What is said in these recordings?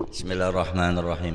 Bismillahirrahmanirrahim.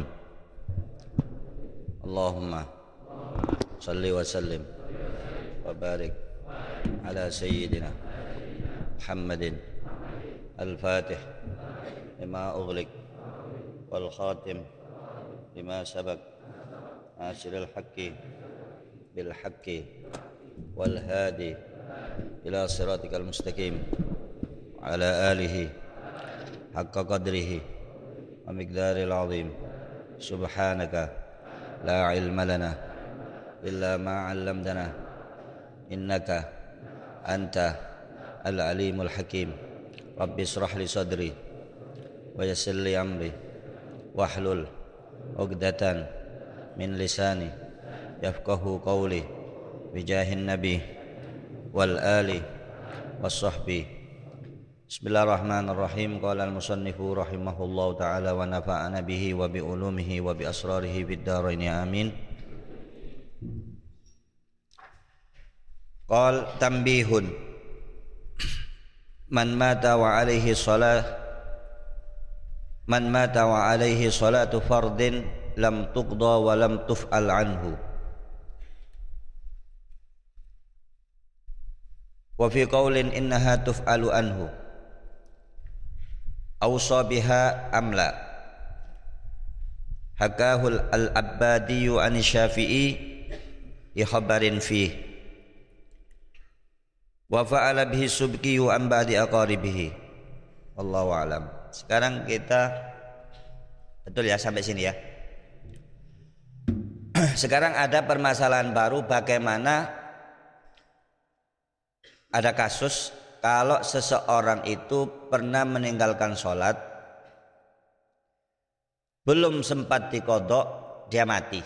Allahumma salli wa sallim wa barik ala sayyidina Muhammadin al-Fatih lima ughliq wal khatim lima sabaq nasiril haqqi bil haqqi wal hadi ila siratikal mustaqim wa ala alihi haqqa qadrihi wa miqdaril azim. Subhanaka la ilma lana illa ma 'allamtana innaka anta al-alimul hakim. Rabbi israh li sadri wa yassir li amri wahlul 'uqdatan min lisani yafqahu qawli bijahin nabi wal ali was sahbi. Bismillahirrahmanirrahim. Qala al-musannifu rahimahullahu ta'ala wa nafa'ana bihi wa bi ulumihi wa bi asrarihi fid dharain amin. Qal tambihun man mata wa alaihi salatu fardin lam tuqda wa lam tuf'al anhu. Wa fi qaulin innaha tuf'alu anhu awsa biha amla. Hakahul al-Abbadiyu an Syafi'i bi khabarin fih wa fa'ala bihi Subkiyu an ba'di aqaribihi. Wallahu a'lam. Sekarang kita betul ya sampai sini ya. Sekarang ada permasalahan baru, bagaimana ada kasus kalau seseorang itu pernah meninggalkan sholat, belum sempat diqodok, dia mati.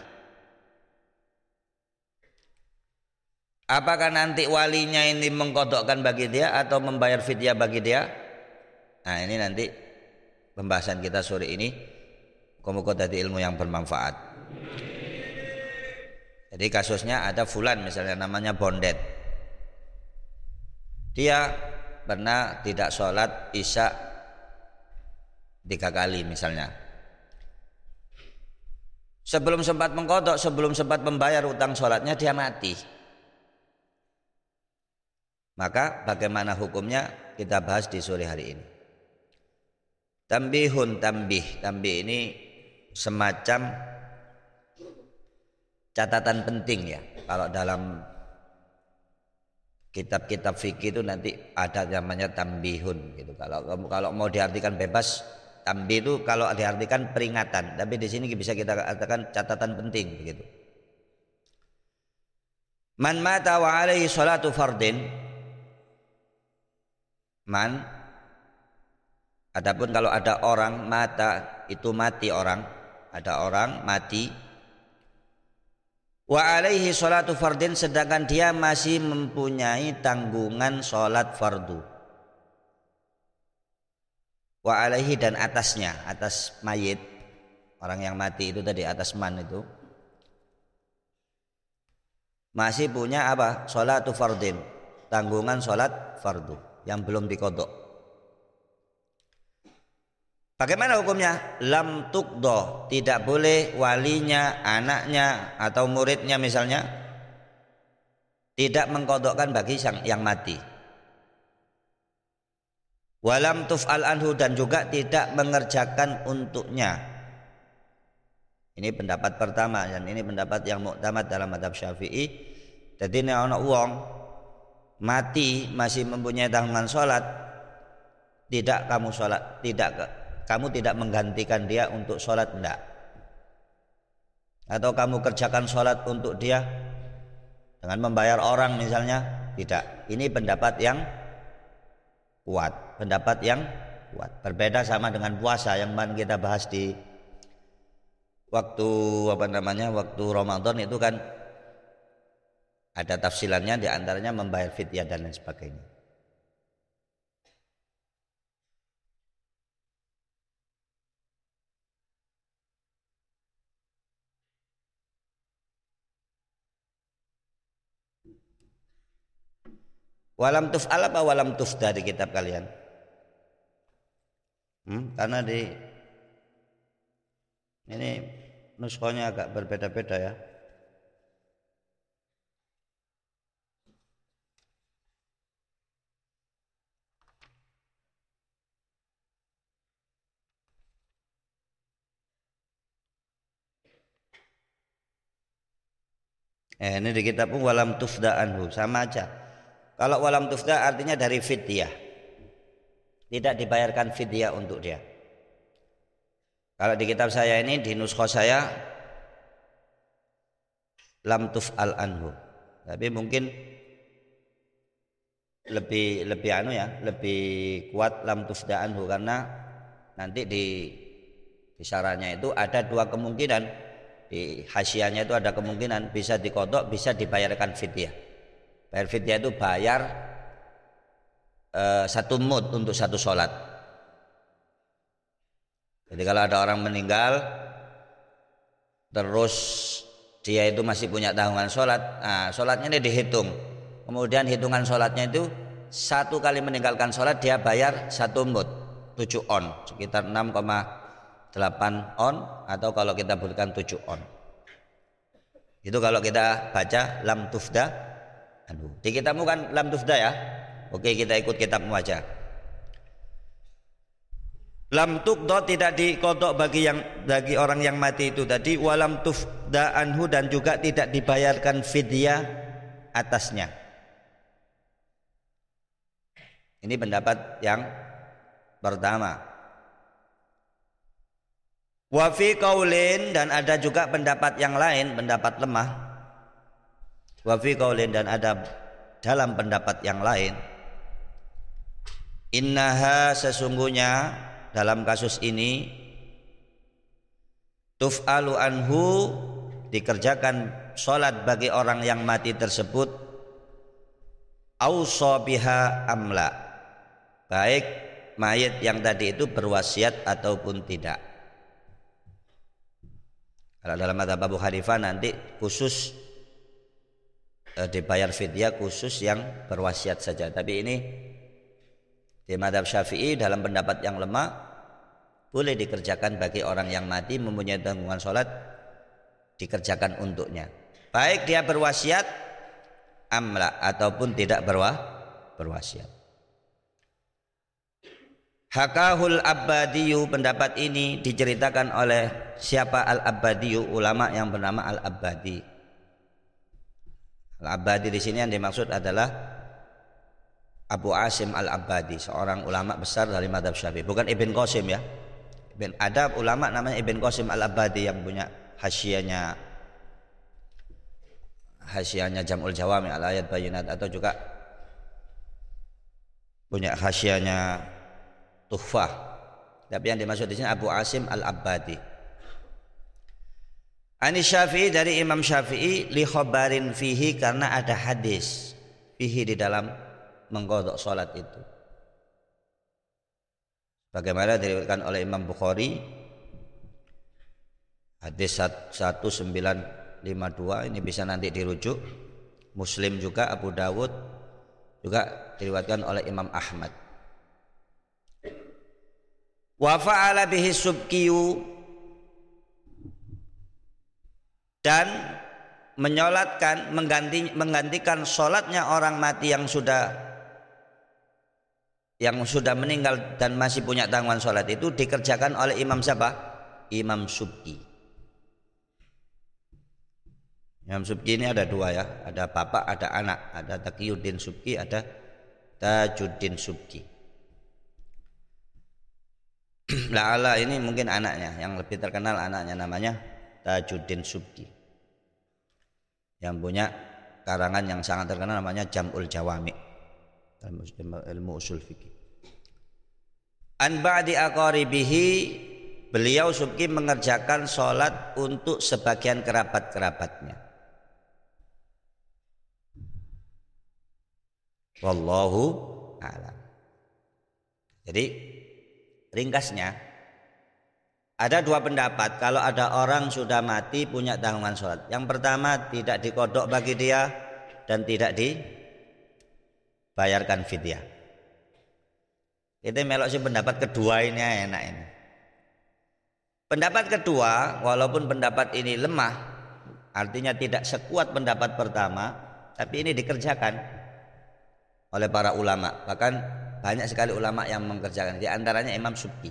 Apakah nanti walinya ini mengkodokkan bagi dia atau membayar fidyah bagi dia? Nah, ini nanti pembahasan kita sore ini. Muga-muga tadi ilmu yang bermanfaat. Jadi kasusnya ada fulan misalnya namanya Bondet. Dia pernah tidak sholat isya 3 kali misalnya. Sebelum sempat mengkodok, sebelum sempat membayar utang sholatnya, dia mati. Maka bagaimana hukumnya kita bahas di sore hari ini. Tambih ini semacam catatan penting ya. Kalau dalam kitab-kitab fikih itu nanti ada namanya tambihun gitu. Kalau mau diartikan bebas, tambih itu kalau diartikan peringatan, tapi di sini bisa kita katakan catatan penting begitu. Man mata wa alaihi salatu fardin. Man, adapun kalau ada orang mata itu mati orang, ada orang mati wa alaihi sholatu fardin, sedangkan dia masih mempunyai tanggungan sholat fardu. Wa alaihi, dan atasnya, atas mayit, orang yang mati itu tadi, atas man itu masih punya apa? Sholatu fardin, tanggungan sholat fardu yang belum diqodok. Bagaimana hukumnya? Lam tuqdo, tidak boleh walinya, anaknya atau muridnya misalnya tidak mengkodokkan bagi yang mati. Walam tuf'al anhu, dan juga tidak mengerjakan untuknya. Ini pendapat pertama, dan ini pendapat yang muktamad dalam mazhab Syafi'i. Jadi nek ana wong mati masih mempunyai tanggungan sholat, kamu tidak menggantikan dia untuk sholat, enggak. Atau kamu kerjakan sholat untuk dia dengan membayar orang misalnya, tidak. Ini pendapat yang kuat, berbeda sama dengan puasa yang kita bahas di waktu waktu Ramadan itu kan ada tafsilannya, diantaranya membayar fidyah dan lain sebagainya. Walam tuf'al apa walam tufda di kitab kalian? Karena di Ini nuskhonya agak berbeda-beda ya. Ini di kitab walam tufda anhu, sama aja. Kalau walam tufda artinya dari fidyah, tidak dibayarkan fidyah untuk dia. Kalau di kitab saya ini, di nuskho saya lam tuf'al anhu, tapi mungkin lebih anu ya, lebih kuat lam tufda anhu, karena nanti di syarahnya itu ada dua kemungkinan. Di hasyiahnya itu ada kemungkinan bisa dikodok, bisa dibayarkan fidyah. Bayar fidyah itu bayar satu mud untuk satu sholat. Jadi kalau ada orang meninggal terus dia itu masih punya tanggungan sholat, nah sholatnya ini dihitung. Kemudian hitungan sholatnya itu satu kali meninggalkan sholat dia bayar satu mud 7 on, sekitar 6,8 on, atau kalau kita berikan 7 on. Itu kalau kita baca lam tufda anhu. Di kitabmu kan lam tufda ya. Oke, kita ikut kitabmu aja. Lam tuqda tidak dikodok bagi orang yang mati itu tadi, walam tufda anhu, dan juga tidak dibayarkan fidyah atasnya. Ini pendapat yang pertama. Wa fi qaulin, dan ada juga pendapat yang lain, pendapat lemah. Wa fi qaulin, dan ada dalam pendapat yang lain, innaha, sesungguhnya dalam kasus ini tuf'alu anhu, dikerjakan sholat bagi orang yang mati tersebut, ausa biha amla, baik mayit yang tadi itu berwasiat ataupun tidak. Kalau dalam mazhab Abu Hanifah nanti khusus dibayar fidyah khusus yang berwasiat saja. Tapi ini di mazhab Syafi'i dalam pendapat yang lemah, boleh dikerjakan bagi orang yang mati mempunyai tanggungan sholat, dikerjakan untuknya, baik dia berwasiat amla ataupun tidak berwasiat. Hakahul Abbadiyu, pendapat ini diceritakan oleh siapa? Al-Abbadiyu, ulama yang bernama Al-Abbadi. Al-Abbadi di sini yang dimaksud adalah Abu Asim Al-Abbadi, seorang ulama besar dari mazhab Syafi'i, bukan Ibn Qasim ya. Ada ulama namanya Ibn Qasim Al-Abbadi yang punya hasyiahnya Jam'ul Jawami al-Ayat Bayinat, atau juga punya hasyiahnya Tuhfah. Tapi yang dimaksud di sini Abu Asim Al-Abbadi. Ani Syafi'i, dari Imam Syafi'i, li khobarin fihi, karena ada hadis fihi di dalam mengqadha salat itu. Bagaimana diriwayatkan oleh Imam Bukhari, hadis 1952, ini bisa nanti dirujuk. Muslim juga, Abu Dawud juga diriwayatkan oleh Imam Ahmad. Wa fa'ala bihi subkiyu, dan menyolatkan, menggantikan sholatnya orang mati yang sudah meninggal dan masih punya tanggungan sholat itu, dikerjakan oleh Imam siapa? Imam Subki. Imam Subki ini ada dua ya, ada bapak, ada anak, ada Taqiyuddin Subki, ada Tajuddin Subki. La'ala ini mungkin anaknya, yang lebih terkenal anaknya namanya Tajuddin Subki, yang punya karangan yang sangat terkenal namanya Jam'ul Jawami dalam ilmu usul fikih. An ba'di aqaribihi, beliau Subki mengerjakan sholat untuk sebagian kerabat-kerabatnya. Wallahu a'lam. Jadi ringkasnya ada dua pendapat kalau ada orang sudah mati punya tanggungan sholat. Yang pertama, tidak dikodok bagi dia dan tidak dibayarkan fidyah. Itu melok sih pendapat kedua ini enak ini. Pendapat kedua, walaupun pendapat ini lemah, artinya tidak sekuat pendapat pertama, tapi ini dikerjakan oleh para ulama. Bahkan banyak sekali ulama yang mengerjakan, di antaranya Imam Subki.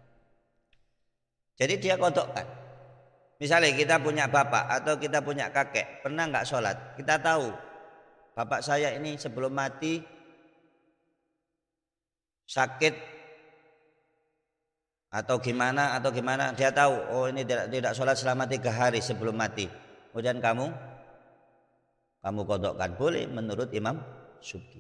Jadi dia kodokkan. Misalnya kita punya bapak atau kita punya kakek, pernah nggak sholat? Kita tahu bapak saya ini sebelum mati sakit atau gimana, dia tahu, oh ini tidak sholat selama 3 hari sebelum mati. Kemudian kamu kodokkan, boleh menurut Imam Subki.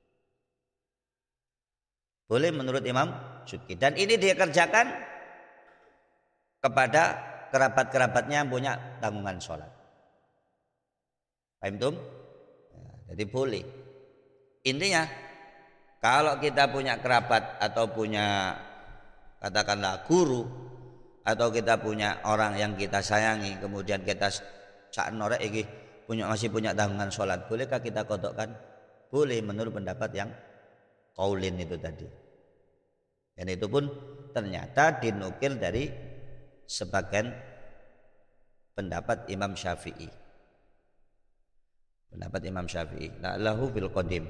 Boleh menurut Imam Subki. Dan ini dia kerjakan kepada kerabat-kerabatnya yang punya tanggungan sholat. Paham tum? Ya, jadi boleh. Intinya kalau kita punya kerabat atau punya katakanlah guru atau kita punya orang yang kita sayangi, kemudian kita sak norek iki masih punya tanggungan sholat, bolehkah kita kodokkan? Boleh menurut pendapat yang qaulin itu tadi. Dan itu pun ternyata dinukil dari sebagian pendapat Imam Syafi'i. Pendapat Imam Syafi'i, la'allahu bil qadim.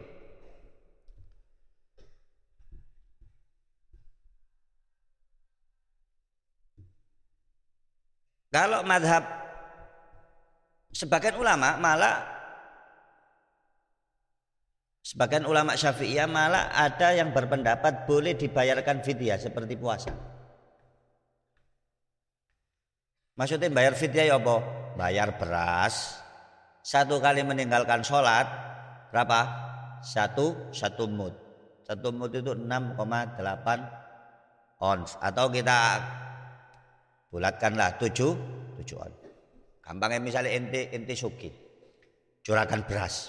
Kalau madhab sebagian ulama Syafi'iyah malah ada yang berpendapat boleh dibayarkan fidyah seperti puasa. Maksudnya bayar fidyah ya apa? Bayar beras. 1 kali meninggalkan sholat berapa? Satu mud. 1 mud itu 6,8 ons. Atau kita bulatkanlah 7 on. Gampangnya misalnya ente suki, juragan beras.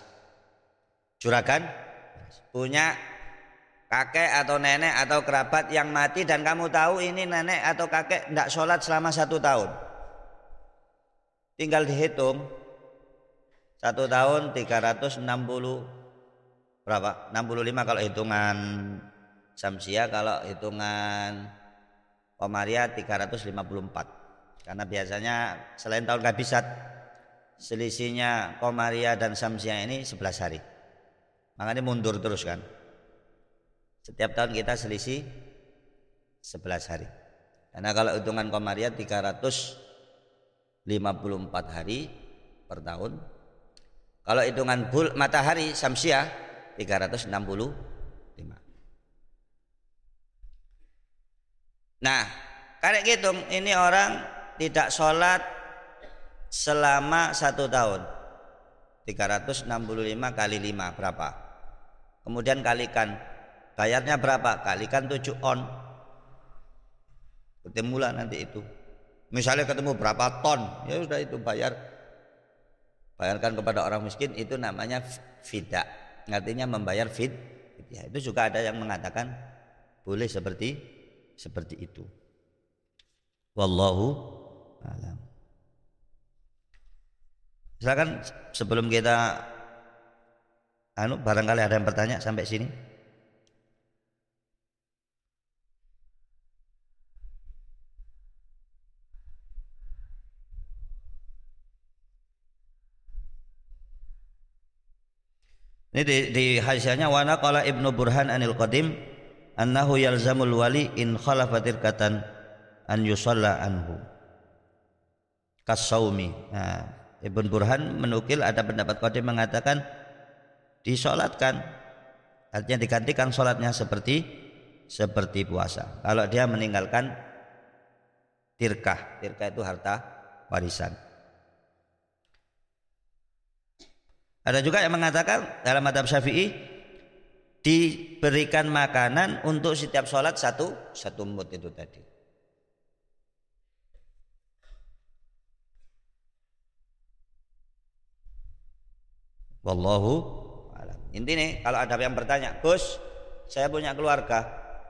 Punya kakek atau nenek atau kerabat yang mati dan kamu tahu ini nenek atau kakek tidak sholat selama 1 tahun. Tinggal dihitung 1 tahun 360 berapa? 65 kalau hitungan Syamsiah, kalau hitungan Qamariyah 354. Karena biasanya selain tahun kabisat, selisihnya Qamariyah dan Syamsiah ini 11 hari. Makanya mundur terus kan. Setiap tahun kita selisih 11 hari. Karena kalau hitungan Qamariyah 354 hari per tahun. Kalau hitungan matahari Syamsiah 365. Nah, karek hitung ini orang tidak sholat selama 1 tahun. 365 kali 5 berapa? Kemudian kalikan, bayarnya berapa? Kalikan 7 on. Ketemulah nanti itu. Misalnya ketemu berapa ton, ya sudah itu bayarkan kepada orang miskin, itu namanya fida. Artinya membayar fidyah. Itu juga ada yang mengatakan boleh seperti itu. Wallahu a'lam. Silakan sebelum kita barangkali ada yang bertanya sampai sini. Ini di hasiahnya wa naqala Ibnu Burhan anil Qadim annahu yalzamul wali in khalafatir katan an yusalla anhu kasaumi. Nah, Ibnu Burhan menukil ada pendapat Qadim mengatakan disolatkan, artinya digantikan solatnya seperti puasa. Kalau dia meninggalkan tirkah itu harta warisan. Ada juga yang mengatakan dalam mazhab Syafi'i diberikan makanan untuk setiap sholat satu mud itu tadi. Wallahu a'lam. Intinya kalau ada yang bertanya, Gus, saya punya keluarga,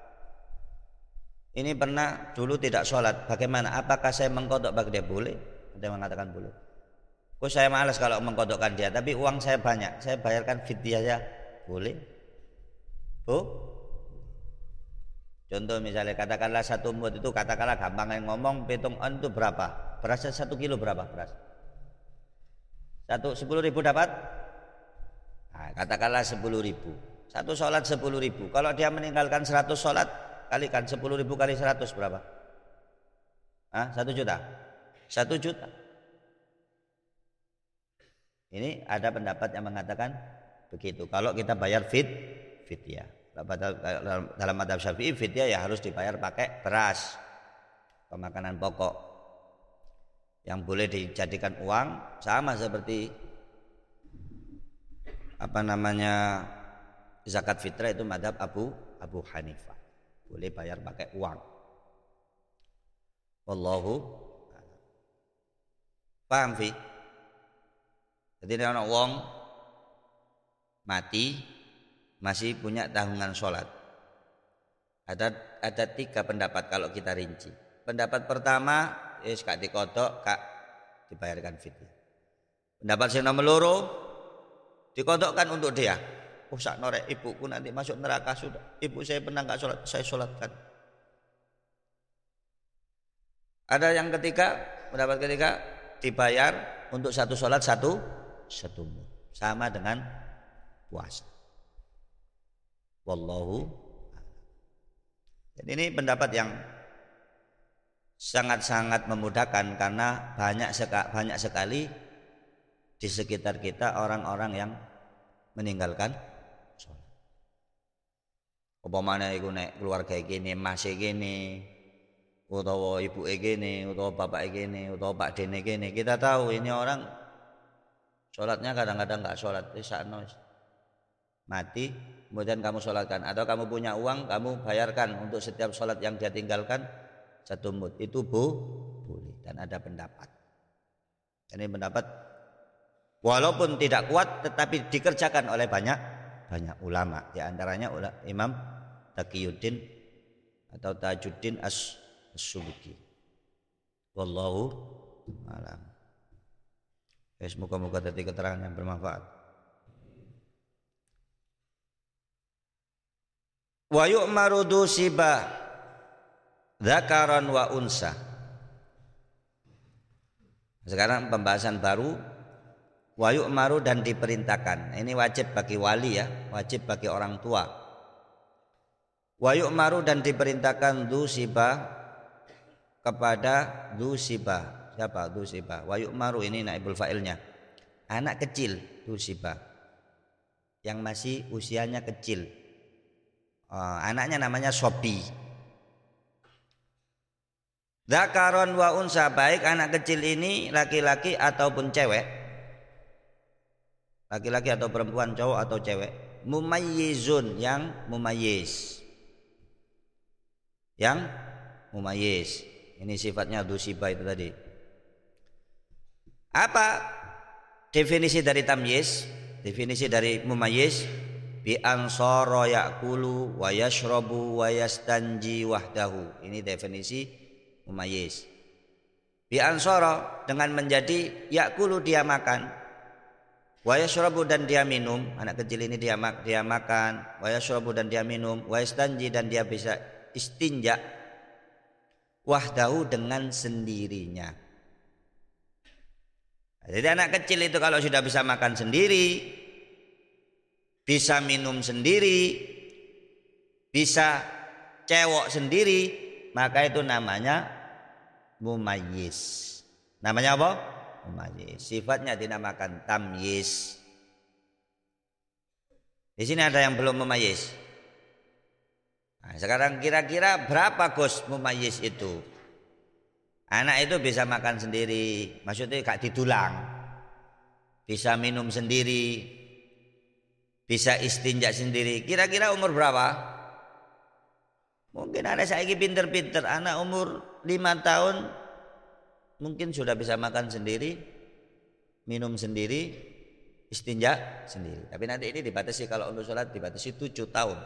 ini pernah dulu tidak sholat, bagaimana? Apakah saya mengkodok bagi dia? Boleh. Ada yang mengatakan boleh. Gus, saya malas kalau mengkodokkan dia, tapi uang saya banyak, saya bayarkan fidyah ya. Boleh. Contoh misalnya katakanlah 1 mud itu katakanlah gampang ngomong pitung on itu berapa? Berasnya 1 kilo berapa beras? 10.000 dapat? Nah, katakanlah 10.000. Satu sholat 10.000. Kalau dia meninggalkan 100 sholat, kalikan 10.000 kali 100 berapa? 1 juta. 1 juta. Ini ada pendapat yang mengatakan begitu. Kalau kita bayar fidyah. Dalam mazhab Syafi'i fidyah ya harus dibayar pakai beras, pemakanan pokok. Yang boleh dijadikan uang sama seperti zakat fitrah itu mazhab Abu Hanifah. Boleh bayar pakai uang. Wallahu paham fi? Jadi ana wong mati masih punya tanggungan sholat. Ada 3 pendapat kalau kita rinci. Pendapat pertama, gak dikodok, gak dibayarkan fidyah. Pendapat yang nomor 2, dikodokkan untuk dia. Sak norek ibuku nanti masuk neraka sudah. Ibu saya pernah gak sholat, saya sholatkan. Ada yang ketiga, pendapat ketiga, dibayar untuk 1 sholat 1 mud. Sama dengan puasa. Wallahu. Jadi ini pendapat yang sangat-sangat memudahkan karena banyak sekali di sekitar kita orang-orang yang meninggalkan sholat. Upamane iku nek keluarga gini, masih gini, utawa ibu gini, utawa bapak gini, utawa Pak Dene gini, kita tahu ini orang sholatnya kadang-kadang nggak sholat, sakno mati, kemudian kamu sholatkan, atau kamu punya uang, kamu bayarkan untuk setiap sholat yang dia tinggalkan 1 mud. Itu boleh dan ada pendapat. Ini pendapat walaupun tidak kuat tetapi dikerjakan oleh banyak ulama. Di antaranya Imam Taqiyuddin atau Tajuddin As-Subki. Wallahu a'lam. Semoga-moga tadi keterangan yang bermanfaat. Wa yu'maru dusiba dzakaran wa unsa. Sekarang pembahasan baru, wa yu'maru dan diperintahkan. Ini wajib bagi wali ya, wajib bagi orang tua. Wa yu'maru dan diperintahkan dusiba kepada dusiba. Siapa dusiba? Wa yu'maru ini naibul fa'ilnya. Anak kecil dusiba. Yang masih usianya kecil. Anaknya namanya Sobi. Dzakaron wa unsa, baik anak kecil ini laki-laki ataupun cewek, laki-laki atau perempuan, cowok atau cewek, mumayyizun yang mumayyiz, ini sifatnya dusiba itu tadi. Apa definisi dari tamyiz? Definisi dari mumayyiz, bi ansara ya'kulu wa yashrabu wa yastanji wahdahu. Ini definisi mumayyiz. Bi ansara dengan menjadi ya'kulu dia makan, wa yashrabu dan dia minum. Anak kecil ini dia makan, wa yashrabu dan dia minum, wa yastanji dan dia bisa istinja wahdahu dengan sendirinya. Jadi anak kecil itu kalau sudah bisa makan sendiri, bisa minum sendiri, bisa cewek sendiri, maka itu namanya mumayyiz. Namanya apa? Mumayyiz. Sifatnya dinamakan tamyiz. Di sini ada yang belum mumayyiz. Nah, sekarang kira-kira berapa Gus mumayyiz itu? Anak itu bisa makan sendiri, maksudnya gak didulang, bisa minum sendiri, bisa istinja sendiri. Kira-kira umur berapa? Mungkin ada saiki pinter-pinter anak umur 5 tahun mungkin sudah bisa makan sendiri, minum sendiri, istinja sendiri. Tapi nanti ini dibatasi, kalau untuk sholat dibatasi 7 tahun.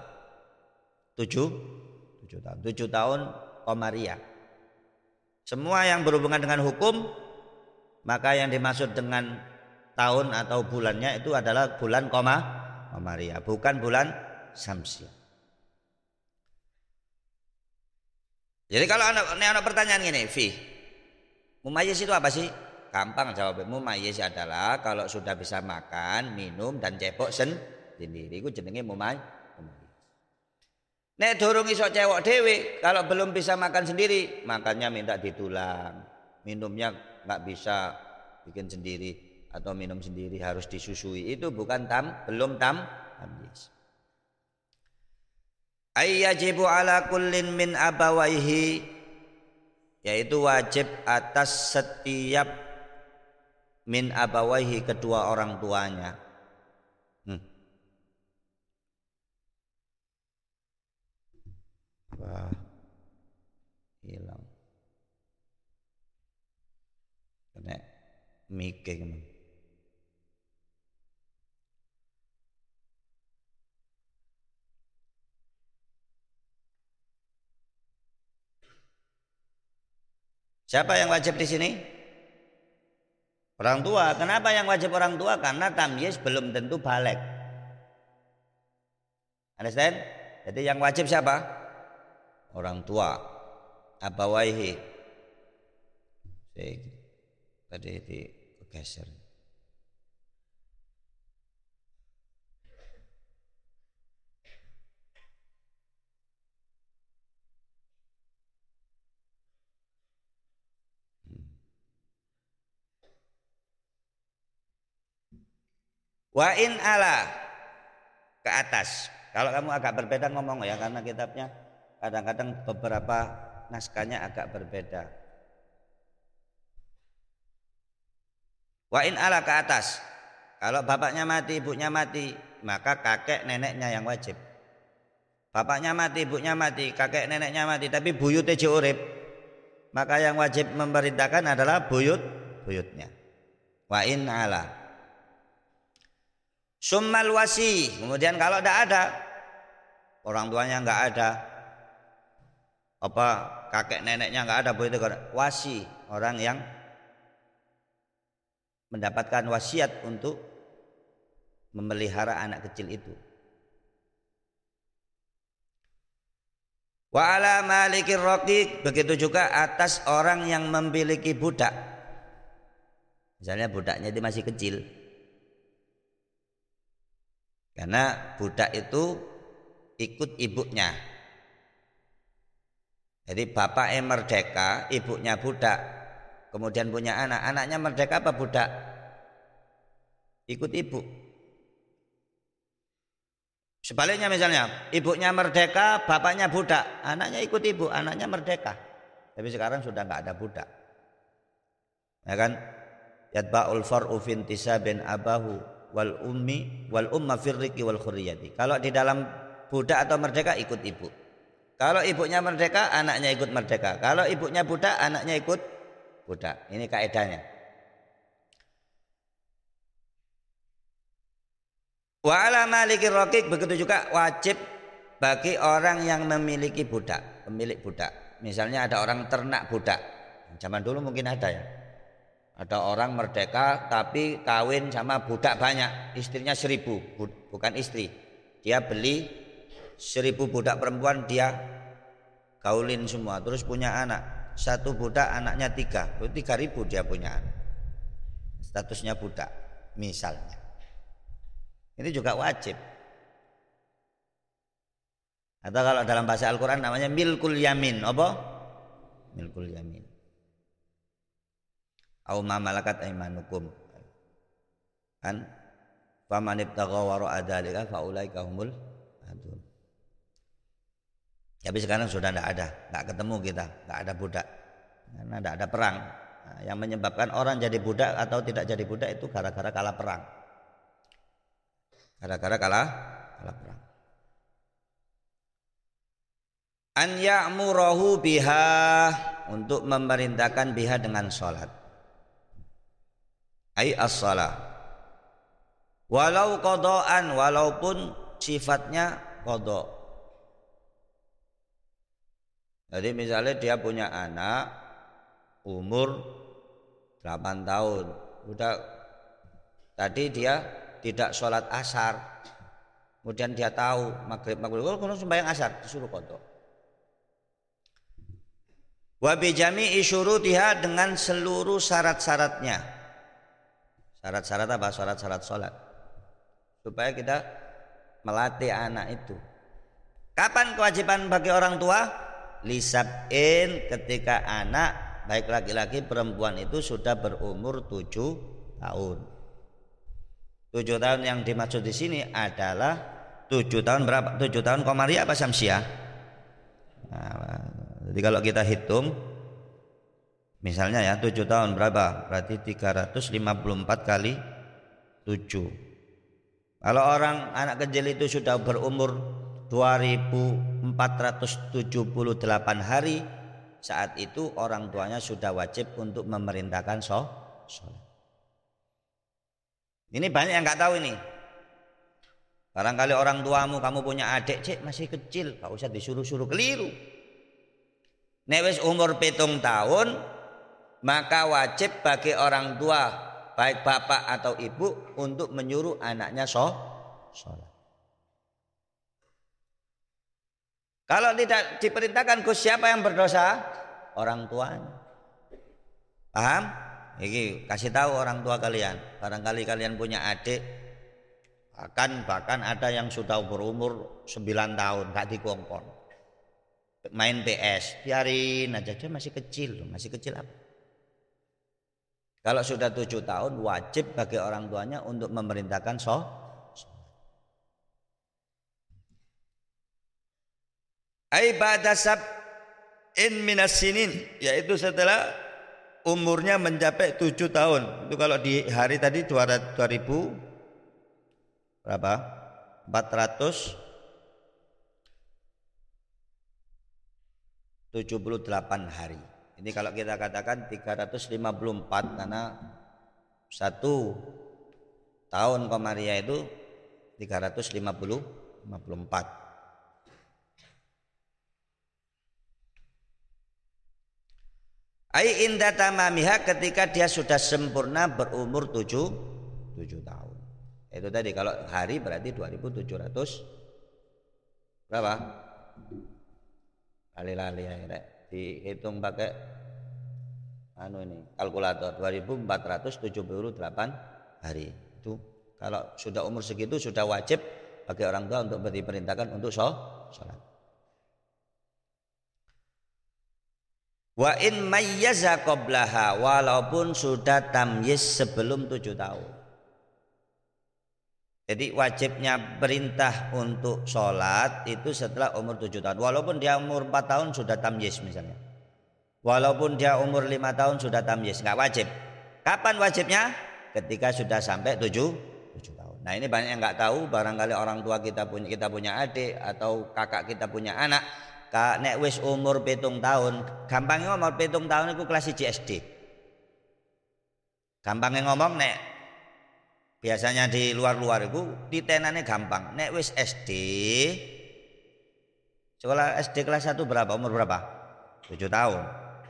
7 tahun komariah. Semua yang berhubungan dengan hukum, maka yang dimaksud dengan tahun atau bulannya itu adalah bulan komariah, bukan bulan syamsiah. Jadi kalau anak pertanyaan gini, mumayyiz itu apa sih? Gampang jawabnya. Mumayyiz adalah kalau sudah bisa makan, minum dan cebok sendiri. Itu jenenge mumayyiz. Nek durung iso cewek dhewe, kalau belum bisa makan sendiri, makannya minta ditulang. Minumnya nggak bisa bikin sendiri atau minum sendiri harus disusui. Itu bukan belum tamyiz. Ayyajibu ala kullin min abawaihi, yaitu wajib atas setiap min abawaihi kedua orang tuanya. Wah, hilang. Kena mikir. Siapa yang wajib di sini? Orang tua. Kenapa yang wajib orang tua? Karena tamyiz belum tentu balik. Understand? Jadi yang wajib siapa? Orang tua. Abawaihi. Tadi dikeser. Wa in ala ke atas. Kalau kamu agak berbeda ngomong ya, karena kitabnya kadang-kadang beberapa naskahnya agak berbeda. Wa in ala ke atas. Kalau bapaknya mati, ibunya mati, maka kakek neneknya yang wajib. Bapaknya mati, ibunya mati, kakek neneknya mati, tapi buyutnya urip, maka yang wajib memerintahkan adalah buyutnya. Wa in ala. Summal wasi. Kemudian kalau tidak ada, orang tuanya nggak ada, apa kakek neneknya nggak ada, begitu wasi, orang yang mendapatkan wasiat untuk memelihara anak kecil itu. Wa ala malikir raqiq, begitu juga atas orang yang memiliki budak. Misalnya budaknya itu masih kecil. Karena budak itu ikut ibunya. Jadi bapaknya merdeka, ibunya budak, kemudian punya anak. Anaknya merdeka apa budak? Ikut ibu. Sebaliknya misalnya, ibunya merdeka, bapaknya budak, anaknya ikut ibu, anaknya merdeka. Tapi sekarang sudah nggak ada budak. Ya kan? Yatba'ul far'u fi intisabin abahu wal umma firriqi wal khurriyati. Kalau di dalam budak atau merdeka ikut ibu. Kalau ibunya merdeka, anaknya ikut merdeka. Kalau ibunya budak, anaknya ikut budak. Ini kaidahnya. Wa ala malikir raqiq, begitu juga wajib bagi orang yang memiliki budak, pemilik budak. Misalnya ada orang ternak budak. Zaman dulu mungkin ada ya. Ada orang merdeka tapi kawin sama budak banyak, istrinya 1000, bukan istri. Dia beli 1000 budak perempuan, dia kaulin semua, terus punya anak. Satu budak anaknya 3, 3000 dia punya anak. Statusnya budak misalnya. Ini juga wajib. Atau kalau dalam bahasa Al-Quran namanya milkul yamin. Apa? Milkul yamin. Au ma malakat aimanukum. Kan? Faman ibtagha wara'a dzalika faulaika humul adun. Tapi sekarang sudah tidak ada, nggak ketemu kita, nggak ada budak, karena tidak ada perang. Nah, yang menyebabkan orang jadi budak atau tidak jadi budak itu gara-gara kalah perang. Gara-gara kalah perang. An ya'murahu biha, untuk memerintahkan biha dengan sholat. Ai as-shalah. Walau qadaan, walaupun sifatnya qada. Jadi misalnya dia punya anak umur 8 tahun. Udah tadi dia tidak sholat asar. Kemudian dia tahu maghrib kalau sembahyang asar disuruh qada. Wa bi jami'i syurutiha, dengan seluruh syarat-syaratnya. Syarat-syarat apa? Syarat-syarat salat. Supaya kita melatih anak itu. Kapan kewajiban bagi orang tua? Lisab'in, ketika anak baik laki-laki perempuan itu sudah berumur 7 tahun. 7 tahun yang dimaksud di sini adalah 7 tahun berapa? 7 tahun Qamariyah apa Syamsiah? Nah, jadi kalau kita hitung misalnya ya 7 tahun berapa? Berarti 354 kali 7. Kalau orang anak kecil itu sudah berumur 2478 hari, saat itu orang tuanya sudah wajib untuk memerintahkan sholat. Ini banyak yang nggak tahu ini. Barangkali orang tuamu, kamu punya adik, cek masih kecil, gak usah disuruh-suruh, keliru. Nek wis umur 7 tahun, maka wajib bagi orang tua, baik bapak atau ibu, untuk menyuruh anaknya sholat. Kalau tidak diperintahkan, Gus, siapa yang berdosa? Orang tuanya. Paham? Iki kasih tahu orang tua kalian. Barangkali kalian punya adik, bahkan ada yang sudah berumur 9 tahun, gak dikongkon. Main PS, biarin aja, dia masih kecil. Masih kecil apa? Kalau sudah 7 tahun, wajib bagi orang tuanya untuk memerintahkan sholat. Ai ba'da sab'in minas sinin, yaitu setelah umurnya mencapai 7 tahun. Itu kalau di hari tadi 2000 berapa? 478 hari. Ini kalau kita katakan 354, karena 1 tahun Qamariyah itu 354. Ai inda tamamiha, ketika dia sudah sempurna berumur 7 tahun. Itu tadi kalau hari berarti 2700 berapa? Lali-lali ya, dihitung pakai ini kalkulator, 2478 hari. Itu kalau sudah umur segitu sudah wajib bagi orang tua untuk diperintahkan untuk sholat. Wa in mayyaza qablaha, walaupun sudah tamyiz sebelum 7 tahun. Jadi wajibnya perintah untuk sholat itu setelah umur 7 tahun. Walaupun dia umur 4 tahun sudah tamyiz misalnya. Walaupun dia umur 5 tahun sudah tamyiz, enggak wajib. Kapan wajibnya? Ketika sudah sampai 7 tahun. Nah, ini banyak yang enggak tahu, barangkali orang tua kita punya adik atau kakak kita punya anak. Nek wis umur 7 tahun, gampangnya umur 7 tahun itu kelas 1 SD. Gampangnya ngomong, nek biasanya di luar-luar itu ditenane gampang. Nek wis SD, sekolah SD kelas 1 berapa? Umur berapa? 7 tahun.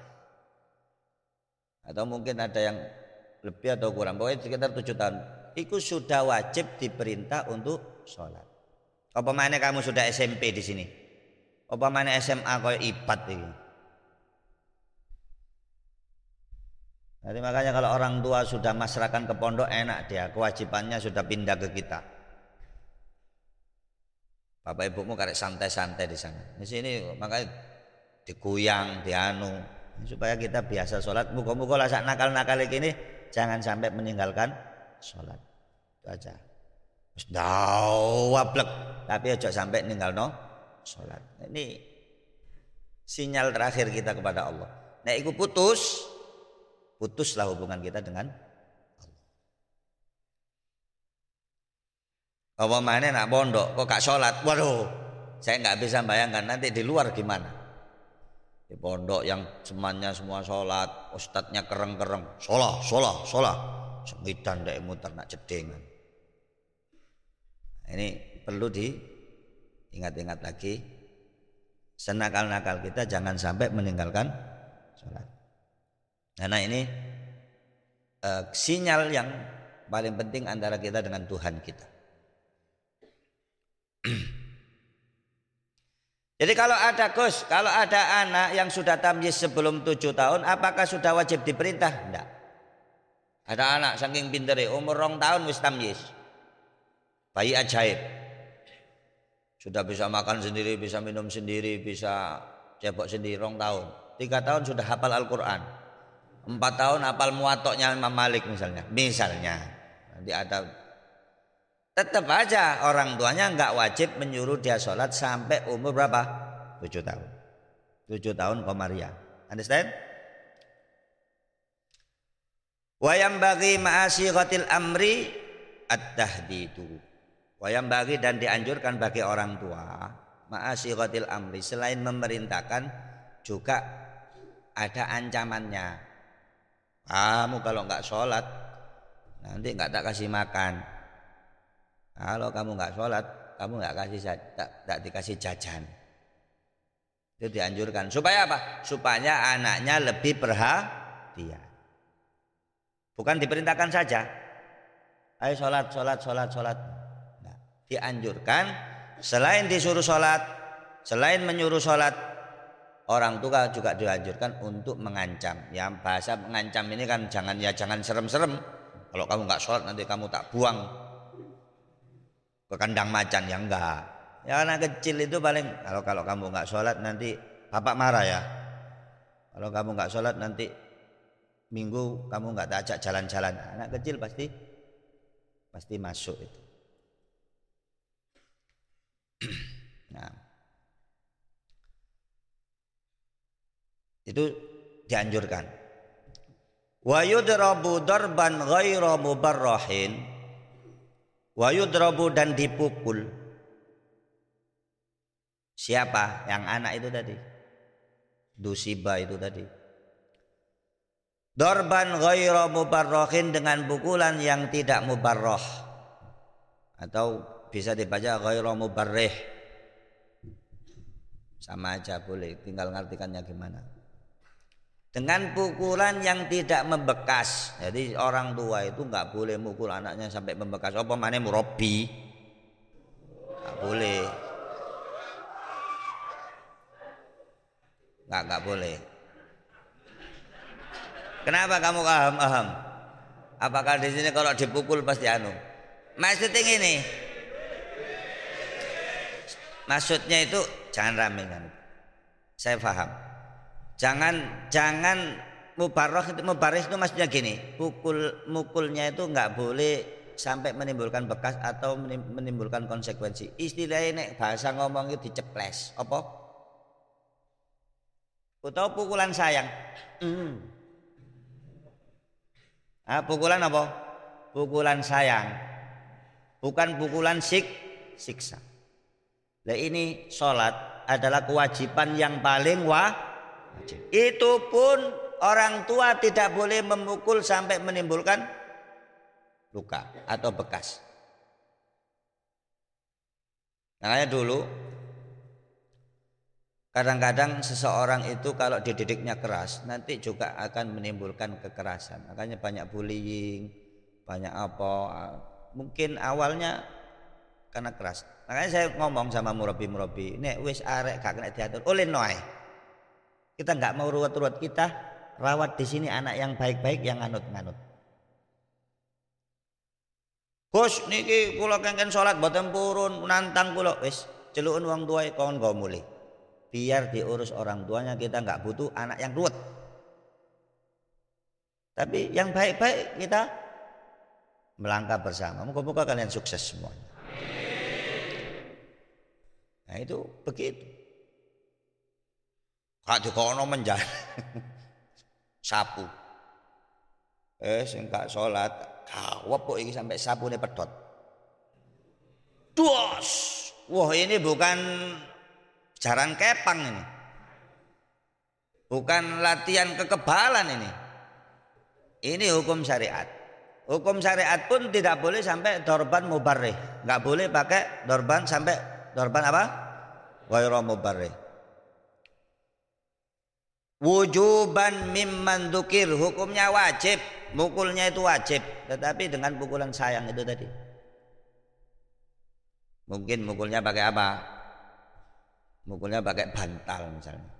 Atau mungkin ada yang lebih atau kurang, pokoknya sekitar 7 tahun. Itu sudah wajib diperintah untuk sholat. Apa mana kamu sudah SMP di sini? Apa mana SMA kayak IPAT ini? Jadi makanya kalau orang tua sudah masrahkan ke pondok, enak dia, kewajibannya sudah pindah ke kita. Bapak ibumu karek santai-santai di sana. Di sini makanya diguyang, dianu, supaya kita biasa sholat. Muka-muka lah sak nakal-nakal ini jangan sampai meninggalkan sholat. Itu aja. Terus dawablek, tapi aja sampai ninggalno sholat. Ini sinyal terakhir kita kepada Allah. Nek iku putuslah hubungan kita dengan Allah. Apa mana nak pondok kok gak sholat? Waduh, saya nggak bisa bayangkan nanti di luar gimana. Di pondok yang semuanya semua sholat, ustadznya kereng-kereng, sholat. Semidan dek muter nak jedengan. Ini perlu ingat-ingat lagi, senakal-nakal kita jangan sampai meninggalkan sholat. Karena ini sinyal yang paling penting antara kita dengan Tuhan kita. Jadi kalau ada anak yang sudah tamyiz sebelum 7 tahun, apakah sudah wajib diperintah? Enggak. Ada anak saking pintere umur 2 tahun wis tamyiz. Bayi ajaib. Sudah bisa makan sendiri, bisa minum sendiri, bisa cebok sendiri 2 tahun. 3 tahun sudah hafal Al-Qur'an. 4 tahun hafal muwatta'nya Imam Malik misalnya. Nanti ada, tetap aja orang tuanya enggak wajib menyuruh dia sholat sampai umur berapa? 7 tahun. 7 tahun komariah. Understand? Wa yambaghi ma'asyiratil amri at-tahdidu. Wayam bagi dan dianjurkan bagi orang tua ma'asyiratil amri, selain memerintahkan juga ada ancamannya. Kamu kalau enggak sholat nanti enggak tak kasih makan. Kalau kamu enggak sholat, kamu enggak dikasih jajan. Itu dianjurkan. Supaya apa? Supaya anaknya lebih perhatian. Bukan diperintahkan saja. Ayo sholat. Dianjurkan, selain disuruh sholat, selain menyuruh sholat, orang tua juga dianjurkan untuk mengancam. Yang bahasa mengancam ini kan jangan serem-serem. Kalau kamu nggak sholat nanti kamu tak buang ke kandang macan, ya enggak. Ya anak kecil itu paling kalau kamu nggak sholat nanti bapak marah ya. Kalau kamu nggak sholat nanti minggu kamu nggak tak ajak jalan-jalan. Anak kecil pasti masuk itu. Nah, itu dianjurkan. Wa yudrabu darban ghaira mubarrahin. Wa yudrabu dan dipukul. Siapa? Yang anak itu tadi. Dusiba itu tadi. Darban ghaira mubarrahin, dengan pukulan yang tidak mubarrah. Atau bisa dibaca ghairu mubarrih. Sama aja boleh, tinggal ngartikannya gimana. Dengan pukulan yang tidak membekas. Jadi orang tua itu enggak boleh mukul anaknya sampai membekas. Apa maneh murabi? Enggak boleh. Enggak boleh. Kenapa kamu aham? Apakah di sini kalau dipukul pasti anu? Maksudnya ini. Maksudnya itu jangan ramekan. Saya paham. Jangan mubarrih itu maksudnya gini. Mukulnya itu enggak boleh sampai menimbulkan bekas atau menimbulkan konsekuensi. Istilahnya nek bahasa ngomong itu diceples. Apa? Atau pukulan sayang. Pukulan apa? Pukulan sayang. Bukan pukulan siksa. Nah ini sholat adalah kewajiban yang paling wajib. Itu pun orang tua tidak boleh memukul sampai menimbulkan luka atau bekas. Makanya dulu kadang-kadang seseorang itu kalau dididiknya keras nanti juga akan menimbulkan kekerasan. Makanya banyak bullying, banyak apa. Mungkin awalnya karena keras. Makanya saya ngomong sama murabi, nek wis arek gak kena diatur, oleh noe. Kita nggak mau ruwet-ruwet, kita rawat di sini anak yang baik-baik, yang nganut-nganut. Gus niki kula kengken salat mboten purun, nantang kula wis celukun wong tuae kon nggo mulih. Biar diurus orang tuanya, kita nggak butuh anak yang ruwet. Tapi yang baik-baik kita melangkah bersama. Moga-moga kalian sukses semuanya. Nah itu begitu. Kak dikono menjar sapu. Sing gak salat, gawep kok iki sampai sapune pedhot. Dos. Wah, ini bukan jaran kepang ini. Bukan latihan kekebalan ini. Ini hukum syariat. Hukum syariat pun tidak boleh sampai dorban mubarrih. Enggak boleh pakai dorban sampai dorban apa? Ghairu mubarrih. Wujuban mimman dzukir, hukumnya wajib, mukulnya itu wajib, tetapi dengan pukulan sayang itu tadi. Mungkin mukulnya pakai apa? mukulnya pakai bantal misalnya.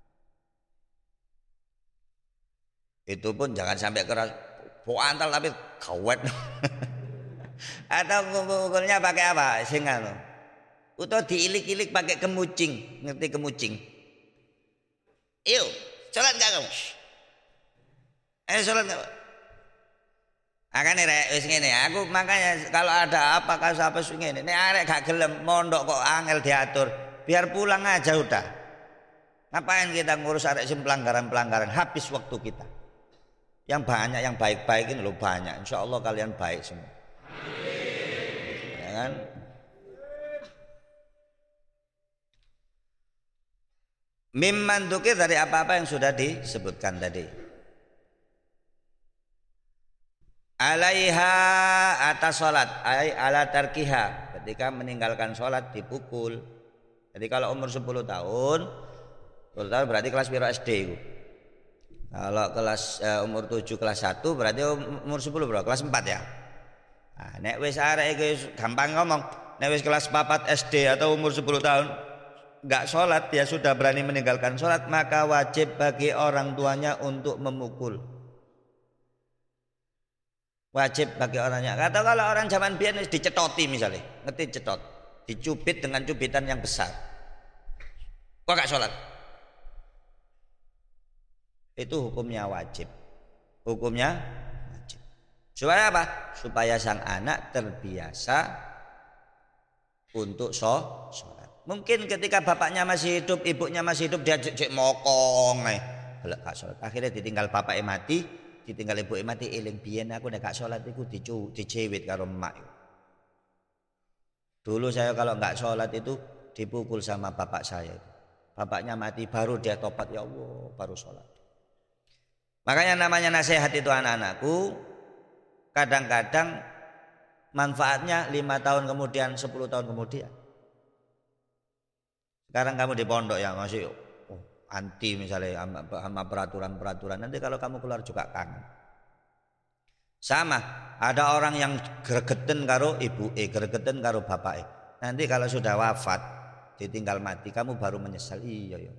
Itu pun jangan sampai keras, bantal tapi gawet. Atau mukulnya pakai apa? Anu. Atau diilik-ilik pakai kemucing, ngerti kemucing? Yuk, sholat enggak kamu? Ayo sholat enggak? Akane rek wis ngene, aku makanya kalau ada apa kasus apa ngene, nek arek gak gelem mondok kok angel diatur, biar pulang aja udah. Ngapain kita ngurus arek sing pelanggaran-pelanggaran, habis waktu kita. Yang banyak yang baik-baik ini loh banyak, insyaallah kalian baik semua. Ya kan? Mimman dzukir dari apa-apa yang sudah disebutkan tadi. Alaiha atas sholat, ala tarkiha, ketika meninggalkan sholat dipukul. Jadi kalau umur 10 tahun berarti kelas piro SD itu. Kalau kelas umur 7 kelas 1 berarti umur 10 bro, kelas 4 ya. Nah, nek wis arek iki gampang ngomong, nek wis kelas 4 SD atau umur 10 tahun enggak sholat, dia sudah berani meninggalkan sholat, maka wajib bagi orang tuanya untuk memukul. Wajib bagi orangnya. Atau kalau orang zaman biyen dicetoti misalnya, ngerti cetot, dicubit dengan cubitan yang besar. Kok gak sholat? Itu hukumnya wajib. Hukumnya wajib. Supaya apa? Supaya sang anak terbiasa untuk sholat. Mungkin ketika bapaknya masih hidup, ibunya masih hidup, dia cek mokong, gak sholat. Akhirnya ditinggal bapaknya mati, ditinggal ibu mati, eling biyen aku nek gak salat iku dicewit karo emak. Dulu saya kalau enggak salat itu dipukul sama bapak saya itu. Bapaknya mati baru dia tobat, ya Allah, baru salat. Makanya namanya nasihat itu anak-anakku, kadang-kadang manfaatnya 5 tahun kemudian, 10 tahun kemudian. Sekarang kamu di pondok ya masih anti misalnya sama peraturan-peraturan, nanti kalau kamu keluar juga kangen. Sama, ada orang yang gregeten karo ibu, gregeten karo bapak. Nanti kalau sudah wafat, ditinggal mati, kamu baru menyesal. Iya.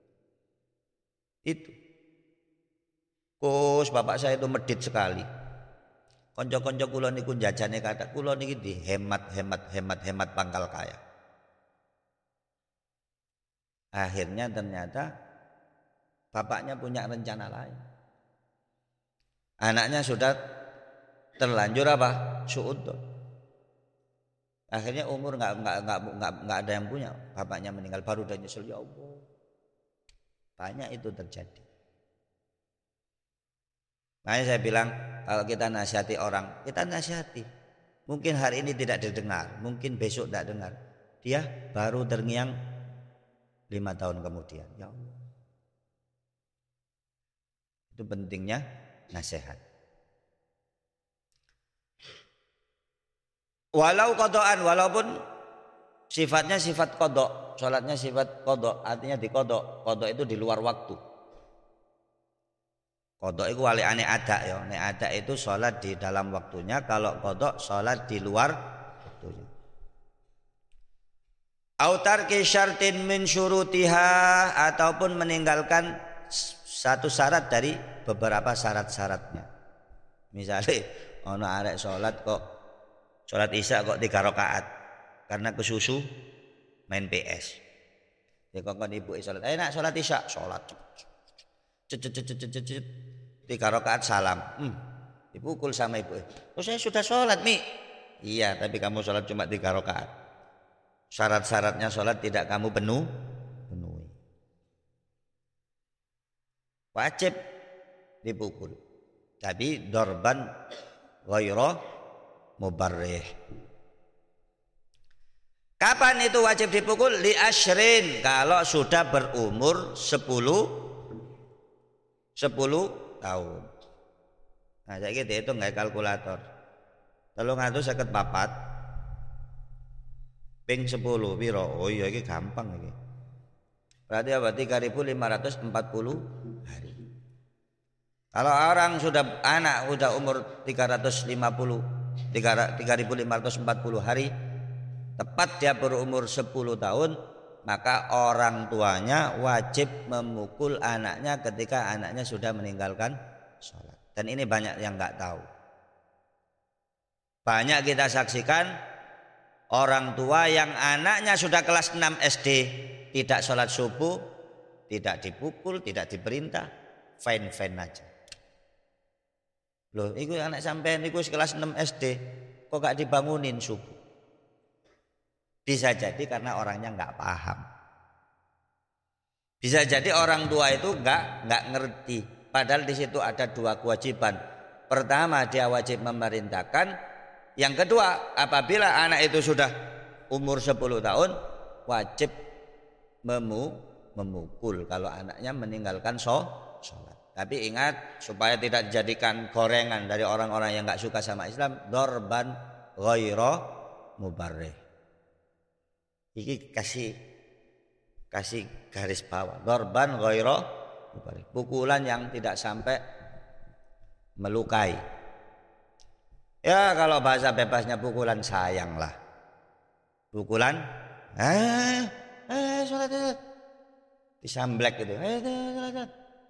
Itu. Kus bapak saya itu medit sekali. Konco-konco kula niku jajane kata kula niki dihemat pangkal kaya. Akhirnya ternyata bapaknya punya rencana lain. Anaknya sudah terlanjur apa? Suudzon. Akhirnya umur nggak ada yang punya. Bapaknya meninggal baru dan nyesel, ya Allah. Banyak itu terjadi. Makanya saya bilang kalau kita nasihati orang, kita nasihati. Mungkin hari ini tidak didengar, mungkin besok tidak dengar. Dia baru terngiang 5 tahun kemudian, ya Allah. Itu pentingnya nasihat. Walau qadaan, walaupun sifatnya sifat qada, salatnya sifat qada, artinya diqada. Qada itu di luar waktu. Qada itu waliane ada ya. Nek ada itu salat di dalam waktunya, kalau qada salat di luar waktunya. Autar ki syartin min syurutiha, ataupun meninggalkan satu syarat dari beberapa syarat-syaratnya. Misalnya ono arek salat kok salat isya kok 3 rakaat karena kesusu main PS. Ya kok ibu salat, nak salat isya, salat. 3 rakaat salam. Dipukul sama ibu. Oh saya sudah salat, Mi. Iya, tapi kamu salat cuma 3 rakaat. Syarat-syaratnya sholat tidak kamu penuhi. Wajib dipukul. Tapi dorban ghaira mubarrih. Kapan itu wajib dipukul? Li asyrin, kalau sudah berumur 10 tahun. Nah, saya gitu itu nggak kalkulator. 354 ping 10 piro? Oh iya ini gampang ini. Berarti apa? 3.540 hari. Kalau orang sudah anak sudah umur 3.540 hari, tepat dia berumur 10 tahun, maka orang tuanya wajib memukul anaknya ketika anaknya sudah meninggalkan sholat. Dan ini banyak yang nggak tahu. Banyak kita saksikan orang tua yang anaknya sudah kelas 6 SD tidak sholat subuh, tidak dipukul, tidak diperintah, fine-fine aja. Loh, itu anak sampean itu kelas 6 SD, kok gak dibangunin subuh? Bisa jadi karena orangnya nggak paham. Bisa jadi orang tua itu nggak ngerti. Padahal di situ ada dua kewajiban. Pertama, dia wajib memerintahkan. Yang kedua, apabila anak itu sudah umur 10 tahun, wajib memukul kalau anaknya meninggalkan sholat. Tapi ingat, supaya tidak dijadikan gorengan dari orang-orang yang nggak suka sama Islam, dorban ghaira mubarrih. Iki kasih garis bawah. Dorban ghaira mubarrih. Pukulan yang tidak sampai melukai. Ya kalau bahasa bebasnya pukulan sayang lah. Pukulan sholat disamblek gitu. Sholat.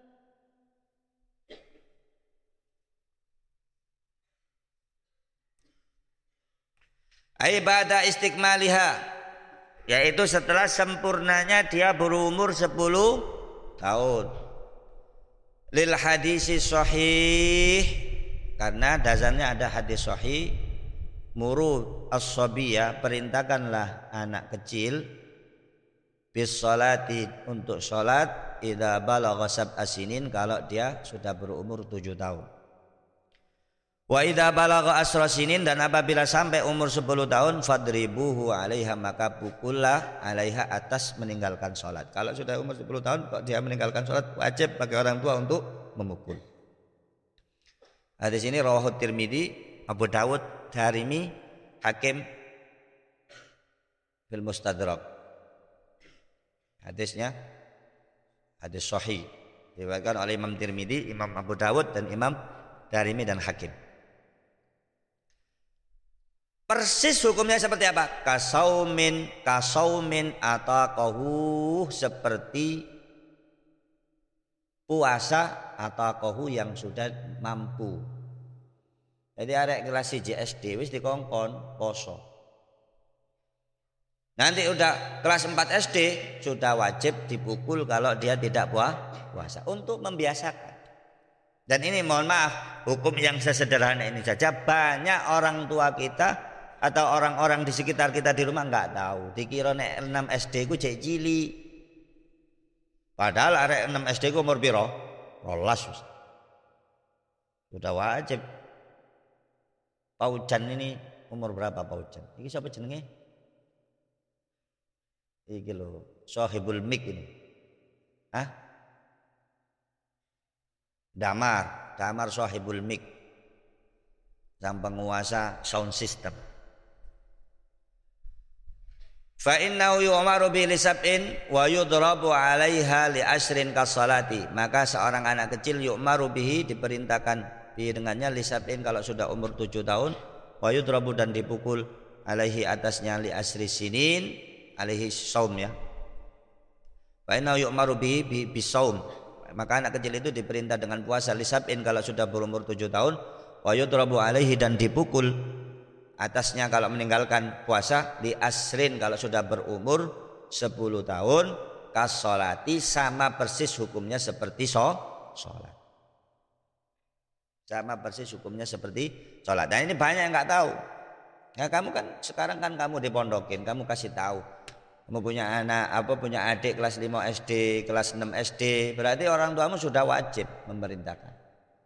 Ibadah istiqmaliha, yaitu setelah sempurnanya dia berumur 10 tahun. Lil hadisi sahih, karena dasarnya ada hadis sahih. Muru as-sabiyya, perintahkanlah anak kecil bis salati, untuk salat, idza balagha sab'a sinin, kalau dia sudah berumur 7 tahun. Wa idza balagha asra sinin, dan apabila sampai umur 10 tahun, fadribuhu 'alaiha, maka pukullah 'alaiha, atas meninggalkan salat. Kalau sudah umur 10 tahun kok dia meninggalkan salat, wajib bagi orang tua untuk memukul. Hadis ini rawahu Tirmidzi, Abu Dawud, Darimi, Hakim fil Mustadrak. Hadisnya hadis sahih, diriwayatkan oleh Imam Tirmidzi, Imam Abu Dawud, dan Imam Darimi dan Hakim. Persis hukumnya seperti apa? Kasaumin ataqahu, seperti puasa ataqahu yang sudah mampu. Jadi arek kelas 1 SD wis dikongkon poso. Nanti udah kelas 4 SD sudah wajib dipukul kalau dia tidak puasa, untuk membiasakan. Dan ini mohon maaf, hukum yang sesederhana ini saja banyak orang tua kita atau orang-orang di sekitar kita di rumah nggak tahu. Dikira nek 6 SD ku cek cilik. Padahal arek 6 SD ku umur piro? 12. Sudah wajib. Paujan ini umur berapa Paujan? Iki siapa jenenge? Iki lho, Sohibul Mik ini. Hah? Damar Sohibul Mik, sang penguasa sound system. Fa innahu yu'maru bi lisab'in wa yudrabu 'alaiha li asrin kasalati, maka seorang anak kecil yu'maru bihi, diperintahkan bi dengannya, lisab'in kalau sudah umur 7 tahun, wa yudrabu, dan dipukul, alaihi atasnya, li asri sinin, alaihi saum ya. Fa innahu yu'maru bihi bisaum, maka anak kecil itu diperintah dengan puasa, lisab'in kalau sudah berumur 7 tahun, wa yudrabu alaihi, dan dipukul atasnya kalau meninggalkan puasa, li asrin kalau sudah berumur 10 tahun, kasolati, sama persis hukumnya seperti sholat. Sama persis hukumnya seperti sholat. Dan ini banyak yang nggak tahu. Ya kamu kan sekarang kan kamu dipondokin, kamu kasih tahu. Kamu punya anak, punya adik kelas 5 SD, kelas 6 SD, berarti orang tuamu sudah wajib memerintahkan.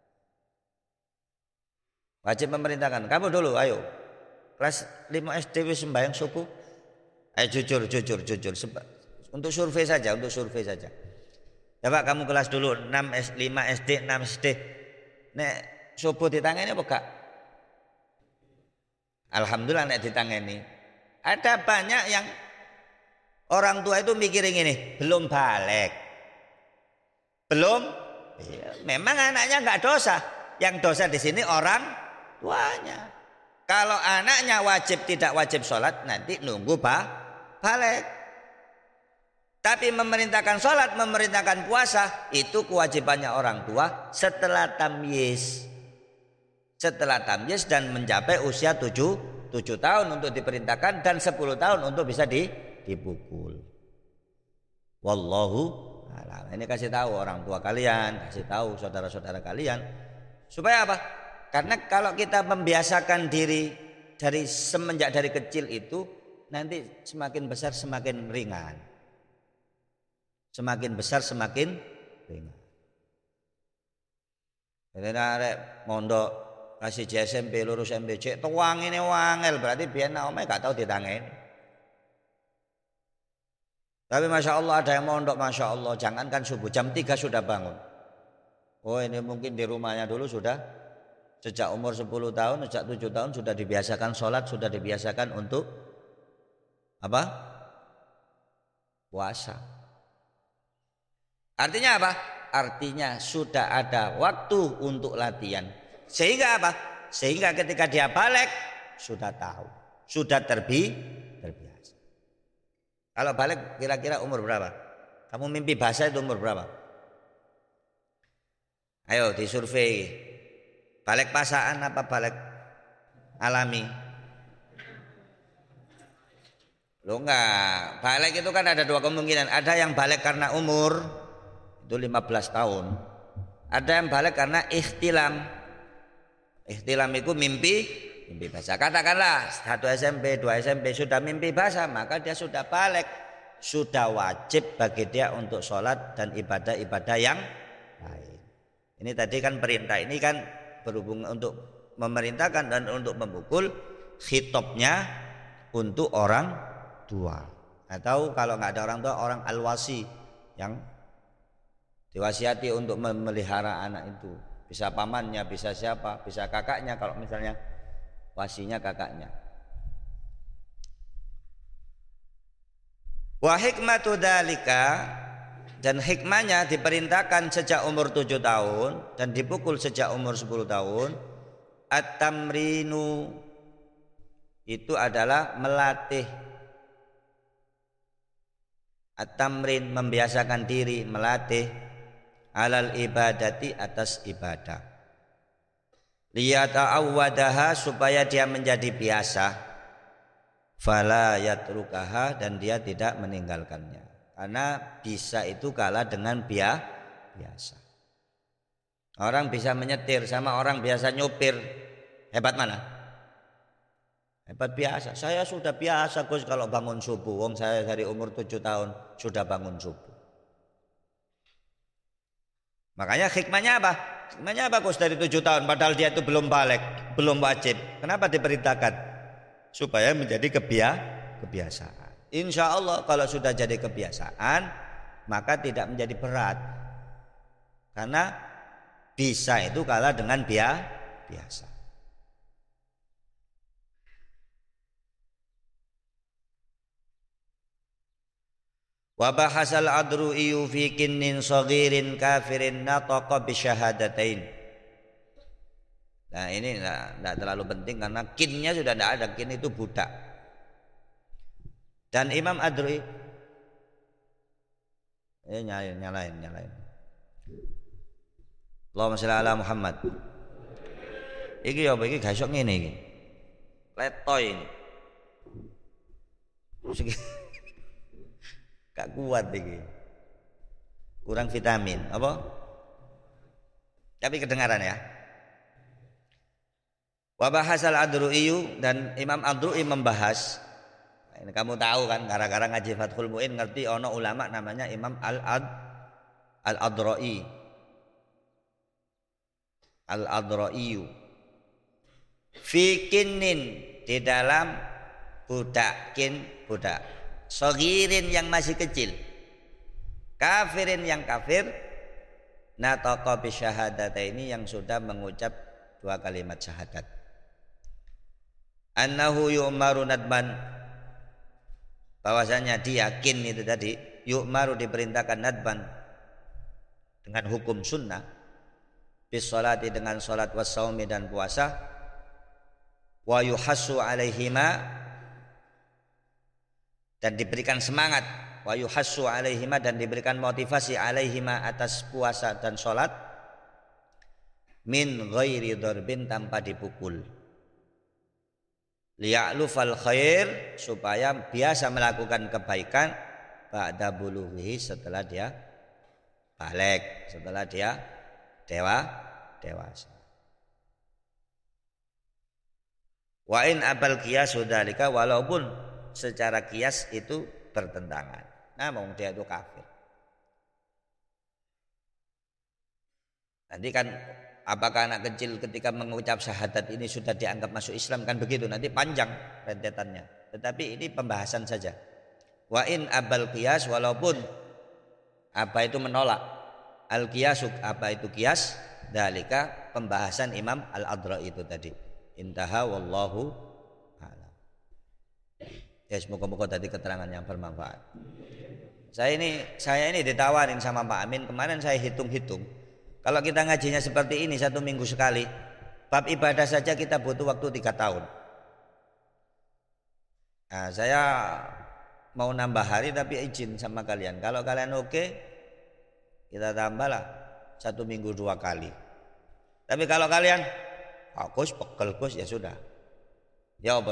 Wajib memerintahkan. Kamu dulu, ayo. Kelas 5 SD wis sembahyang subuh. Ayo jujur. Untuk survei saja. Ya Pak, kamu kelas dulu 5 SD, 6 SD. Nek subuh ditangani apa gak? Alhamdulillah nek ditangani. Ada banyak yang orang tua itu mikirin ini, belum balik. Memang anaknya enggak dosa. Yang dosa di sini orang tuanya. Kalau anaknya wajib tidak wajib sholat, nanti nunggu balik. Tapi memerintahkan sholat, memerintahkan puasa itu kewajibannya orang tua setelah tamyiz. Setelah tamyiz dan mencapai usia 7 tahun untuk diperintahkan dan 10 tahun untuk bisa dipukul. Wallahu a'lam. Ini kasih tahu orang tua kalian, kasih tahu saudara-saudara kalian supaya apa? Karena kalau kita membiasakan diri semenjak dari kecil itu nanti semakin besar semakin ringan. Semakin besar semakin ringan. Jadi arek mondok kasih SMP lurus MBC tuang ini wangel berarti biar naomnya gak tahu ditangin. Tapi masya Allah ada yang mondok masya Allah jangankan subuh jam 3 sudah bangun. Oh ini mungkin di rumahnya dulu sudah sejak umur 10 tahun, sejak 7 tahun sudah dibiasakan sholat, sudah dibiasakan untuk apa? Puasa. Artinya apa? Artinya sudah ada waktu untuk latihan. Sehingga apa? Sehingga ketika dia balik sudah tahu, sudah terbiasa. Kalau balik kira-kira umur berapa? Kamu mimpi basah itu umur berapa? Ayo disurvei. Balik pasaan apa balik alami? Loh enggak. Balik itu kan ada dua kemungkinan. Ada yang balik karena umur itu 15 tahun. Ada yang balik karena ikhtilam. Ikhtilam itu mimpi basah. Katakanlah 1 SMP, 2 SMP sudah mimpi basah, maka dia sudah balik. Sudah wajib bagi dia untuk sholat dan ibadah-ibadah yang lain. Ini tadi kan perintah. Ini kan berhubungan untuk memerintahkan dan untuk memukul. Khitabnya untuk orang tua. Atau kalau nggak ada orang tua, orang al-wasi yang diwasiati untuk memelihara anak itu. Bisa pamannya, bisa siapa, bisa kakaknya kalau misalnya wasinya kakaknya. Wa hikmatu dzalika, dan hikmahnya diperintahkan sejak umur 7 tahun dan dipukul sejak umur 10 tahun. At-tamrinu itu adalah melatih. At-tamrin membiasakan diri, melatih alal ibadati atas ibadah. Liyata'awwadaha supaya dia menjadi biasa. Fala yatrukaha dan dia tidak meninggalkannya. Karena bisa itu kalah dengan biasa. Orang bisa menyetir sama orang biasa nyopir. Hebat mana? Hebat biasa. Saya sudah biasa Gus kalau bangun subuh. Wong saya dari umur 7 tahun sudah bangun subuh. Makanya hikmahnya apa? Hikmahnya apa Gus dari 7 tahun padahal dia itu belum balik, belum wajib. Kenapa diperintahkan? Supaya menjadi kebiasaan. Insya Allah kalau sudah jadi kebiasaan maka tidak menjadi berat. Karena bisa itu kalah dengan biasa. Wa bahasal adru'i fi kinnin saghirin kafirin nataqa bi syahadatain. Nah ini enggak terlalu penting karena kinnya sudah tidak ada, kin itu budak. Dan Imam Adru'i nyalain. Allahumma shalli ala Muhammad. Iki ya iki gak iso ngene iki. Letoy ini. Gak kuat iki. Kurang vitamin, apa? Tapi kedengaran ya. Wa bahasal Adru'i dan Imam Adru'i membahas. Nah, ini kamu tahu kan gara-gara ngaji Fathul Mu'in ngerti ono ulama namanya Imam Al-Adru'i. Al-Adru'i. Fi kinnin di dalam budak Sogirin yang masih kecil, kafirin yang kafir, nataqa bi syahadataini yang sudah mengucap 2 kalimat syahadat. Annahu yu'maru nadban, bahwasanya dia kin itu tadi yu'maru diperintahkan nadban dengan hukum sunnah, bis sholati dengan sholat was saumi dan puasa, wa yuhassu alaihima dan diberikan semangat wa yuhassu alaihima dan diberikan motivasi alaihima atas puasa dan sholat min ghairi dharbin tanpa dipukul liya'lufal khair supaya biasa melakukan kebaikan ba'da bulughihi setelah dia balik, setelah dia dewasa. Wa in abal qiyas dzalika walaupun secara qiyas itu bertentangan. Namun dia itu kafir. Nanti kan apakah anak kecil ketika mengucap syahadat ini sudah dianggap masuk Islam kan begitu, nanti panjang rentetannya. Tetapi ini pembahasan saja. Wa in abal qiyas walaupun apa itu menolak al qiyasuk apa itu qiyas dzalika pembahasan Imam Al-Adra itu tadi. Intaha wallahu a'lam. Ya semoga-moga tadi keterangan yang bermanfaat. Saya ini ditawarin sama Pak Amin kemarin, saya hitung-hitung. Kalau kita ngajinya seperti ini 1 minggu sekali, bab ibadah saja kita butuh waktu 3 tahun. Nah, saya mau nambah hari tapi izin sama kalian. Kalau kalian oke, kita tambahlah 1 minggu 2 kali. Tapi kalau kalian Gus, pegel Gus, ya sudah. Ya apa.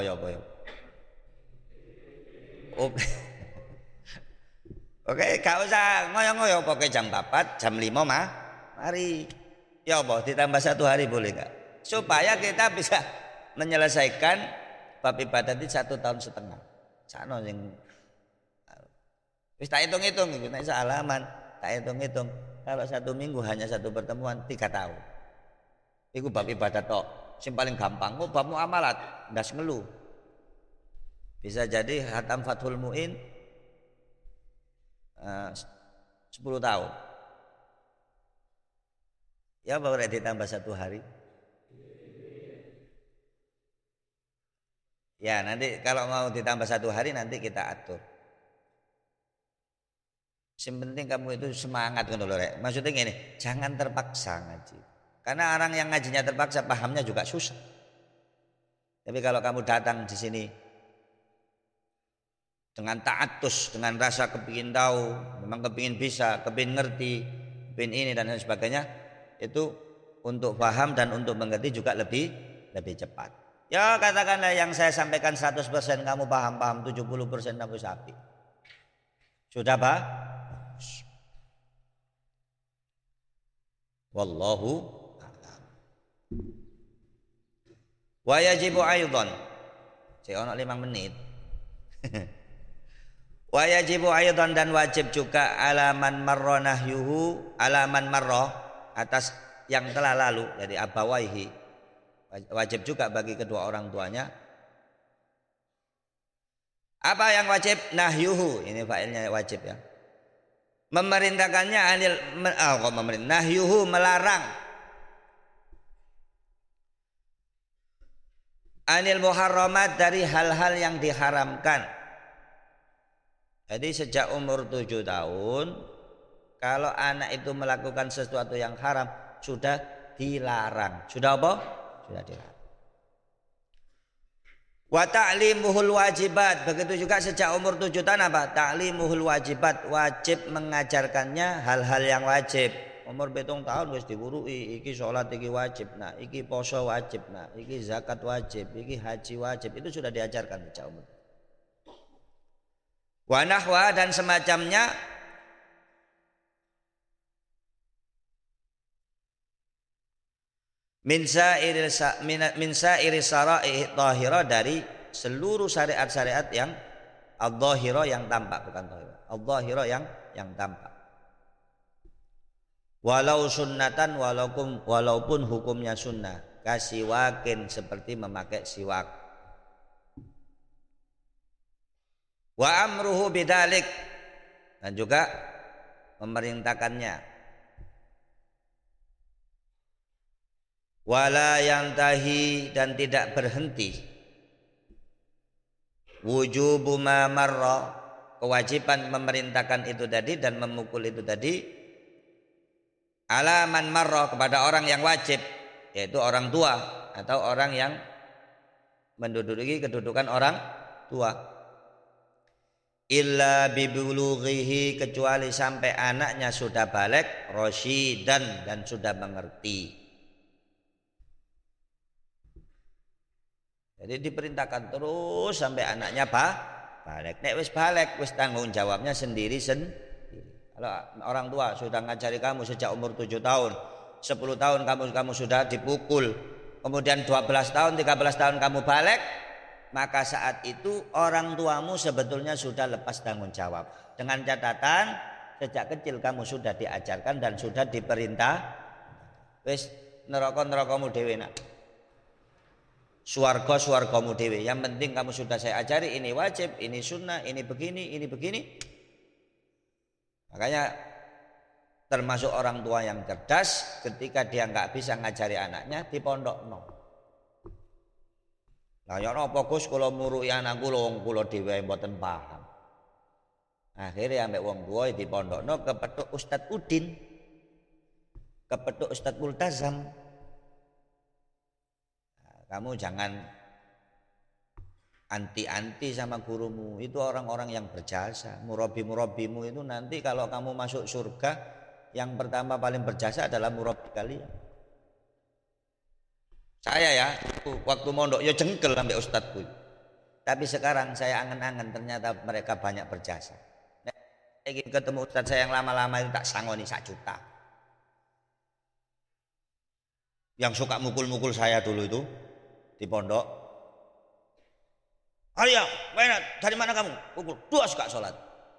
Oke, gak usah ngoyo-ngoyo pokoknya jam 4, jam 5 mah. Mari. Ya apa, ditambah 1 hari boleh enggak? Supaya kita bisa menyelesaikan bab ibadah itu 1,5 tahun. Sakno sing wis tak hitung-hitung iki nek halaman, tak hitung-hitung. Kalau 1 minggu hanya 1 pertemuan 3 tahun. Iku bab ibadah tok. Sing paling gampang kok bab muamalat, ndas ngeluh. Bisa jadi hatam Fathul Muin 10 tahun. Ya boleh ditambah 1 hari. Ya nanti kalau mau ditambah 1 hari nanti kita atur. Yang penting kamu itu semangat kan lho Rek. Maksudnya gini, jangan terpaksa ngaji. Karena orang yang ngajinya terpaksa pahamnya juga susah. Tapi kalau kamu datang di sini dengan ta'atus, dengan rasa kepingin tahu, memang kepingin bisa, kepingin ngerti, kepingin ini dan lain sebagainya, itu untuk paham dan untuk mengerti juga lebih cepat. Ya katakanlah yang saya sampaikan 100% kamu paham 70% kamu sapi. Sudah Pak? Wallahu wa yajibu aidan. Saya ono 5 menit. Wa yajibu aidan dan wajib juga alaman marra nahyuhu, alaman marra atas yang telah lalu dari abawaihi. Wajib juga bagi kedua orang tuanya. Apa yang wajib? Nahyuhu, ini failnya wajib ya. Memerintahkannya nahyuhu melarang. Anil muharramat dari hal-hal yang diharamkan. Jadi sejak umur 7 tahun kalau anak itu melakukan sesuatu yang haram sudah dilarang. Sudah apa? Sudah dilarang. Wa ta'limuhul wajibat. Begitu juga sejak umur 7 tahun apa? Ta'limuhul wajibat, wajib mengajarkannya hal-hal yang wajib. Umur 7 tahun wis diwurui, iki sholat iki wajib, nah iki poso wajib, nah iki zakat wajib, iki haji wajib, itu sudah diajarkan sejak umur. Wa nahwa dan semacamnya min sa'iri sara'i dhahira dari seluruh syariat-syariat yang adh-dhahira yang tampak, bukan dhahira. Adh-dhahira yang tampak. Walau sunnatan walaupun hukumnya sunnah, kasiwakin seperti memakai siwak. Wa amruhu bidalik dan juga memerintahkannya. Wala yantahi dan tidak berhenti. Wujubu ma marra, kewajiban memerintahkan itu tadi dan memukul itu tadi. Alaman marra kepada orang yang wajib, yaitu orang tua atau orang yang menduduki kedudukan orang tua. illa bibulughihi, kecuali sampai anaknya sudah balik rasyidan dan sudah mengerti. Jadi diperintahkan terus sampai anaknya balik. Nek wis balik wis tanggung jawabnya sendiri. Kalau orang tua sudah ngajari kamu sejak umur 7 tahun, 10 tahun kamu sudah dipukul, kemudian 12 tahun, 13 tahun kamu balik, maka saat itu orang tuamu sebetulnya sudah lepas tanggung jawab. Dengan catatan sejak kecil kamu sudah diajarkan dan sudah diperintah. Wis neraka-nerakamu dhewe nak. Swarga-swargamu dhewe. Yang penting kamu sudah saya ajari ini wajib, ini sunnah, ini begini, ini begini. Makanya termasuk orang tua yang cerdas ketika dia nggak bisa ngajari anaknya di pondok no. Lah ya napa Gus kula muruki anak kula dhewe mboten paham. Akhirnya ambek wong tua di pondokno kepethuk Ustadz Udin. Kepethuk Ustadz Multazam. Nah, kamu jangan anti-anti sama gurumu. Itu orang-orang yang berjasa. Murabi-murabimu itu nanti kalau kamu masuk surga, yang pertama paling berjasa adalah murabi kalian. Saya ya, waktu mondok ya jengkel sampai ustadzku. Tapi sekarang saya angen-angen ternyata mereka banyak berjasa. Nah, ingin ketemu ustadz saya yang lama-lama itu tak sangoni 1 juta. Yang suka mukul-mukul saya dulu itu di pondok. Arya, dari mana kamu? Pukul 2 suka sholat.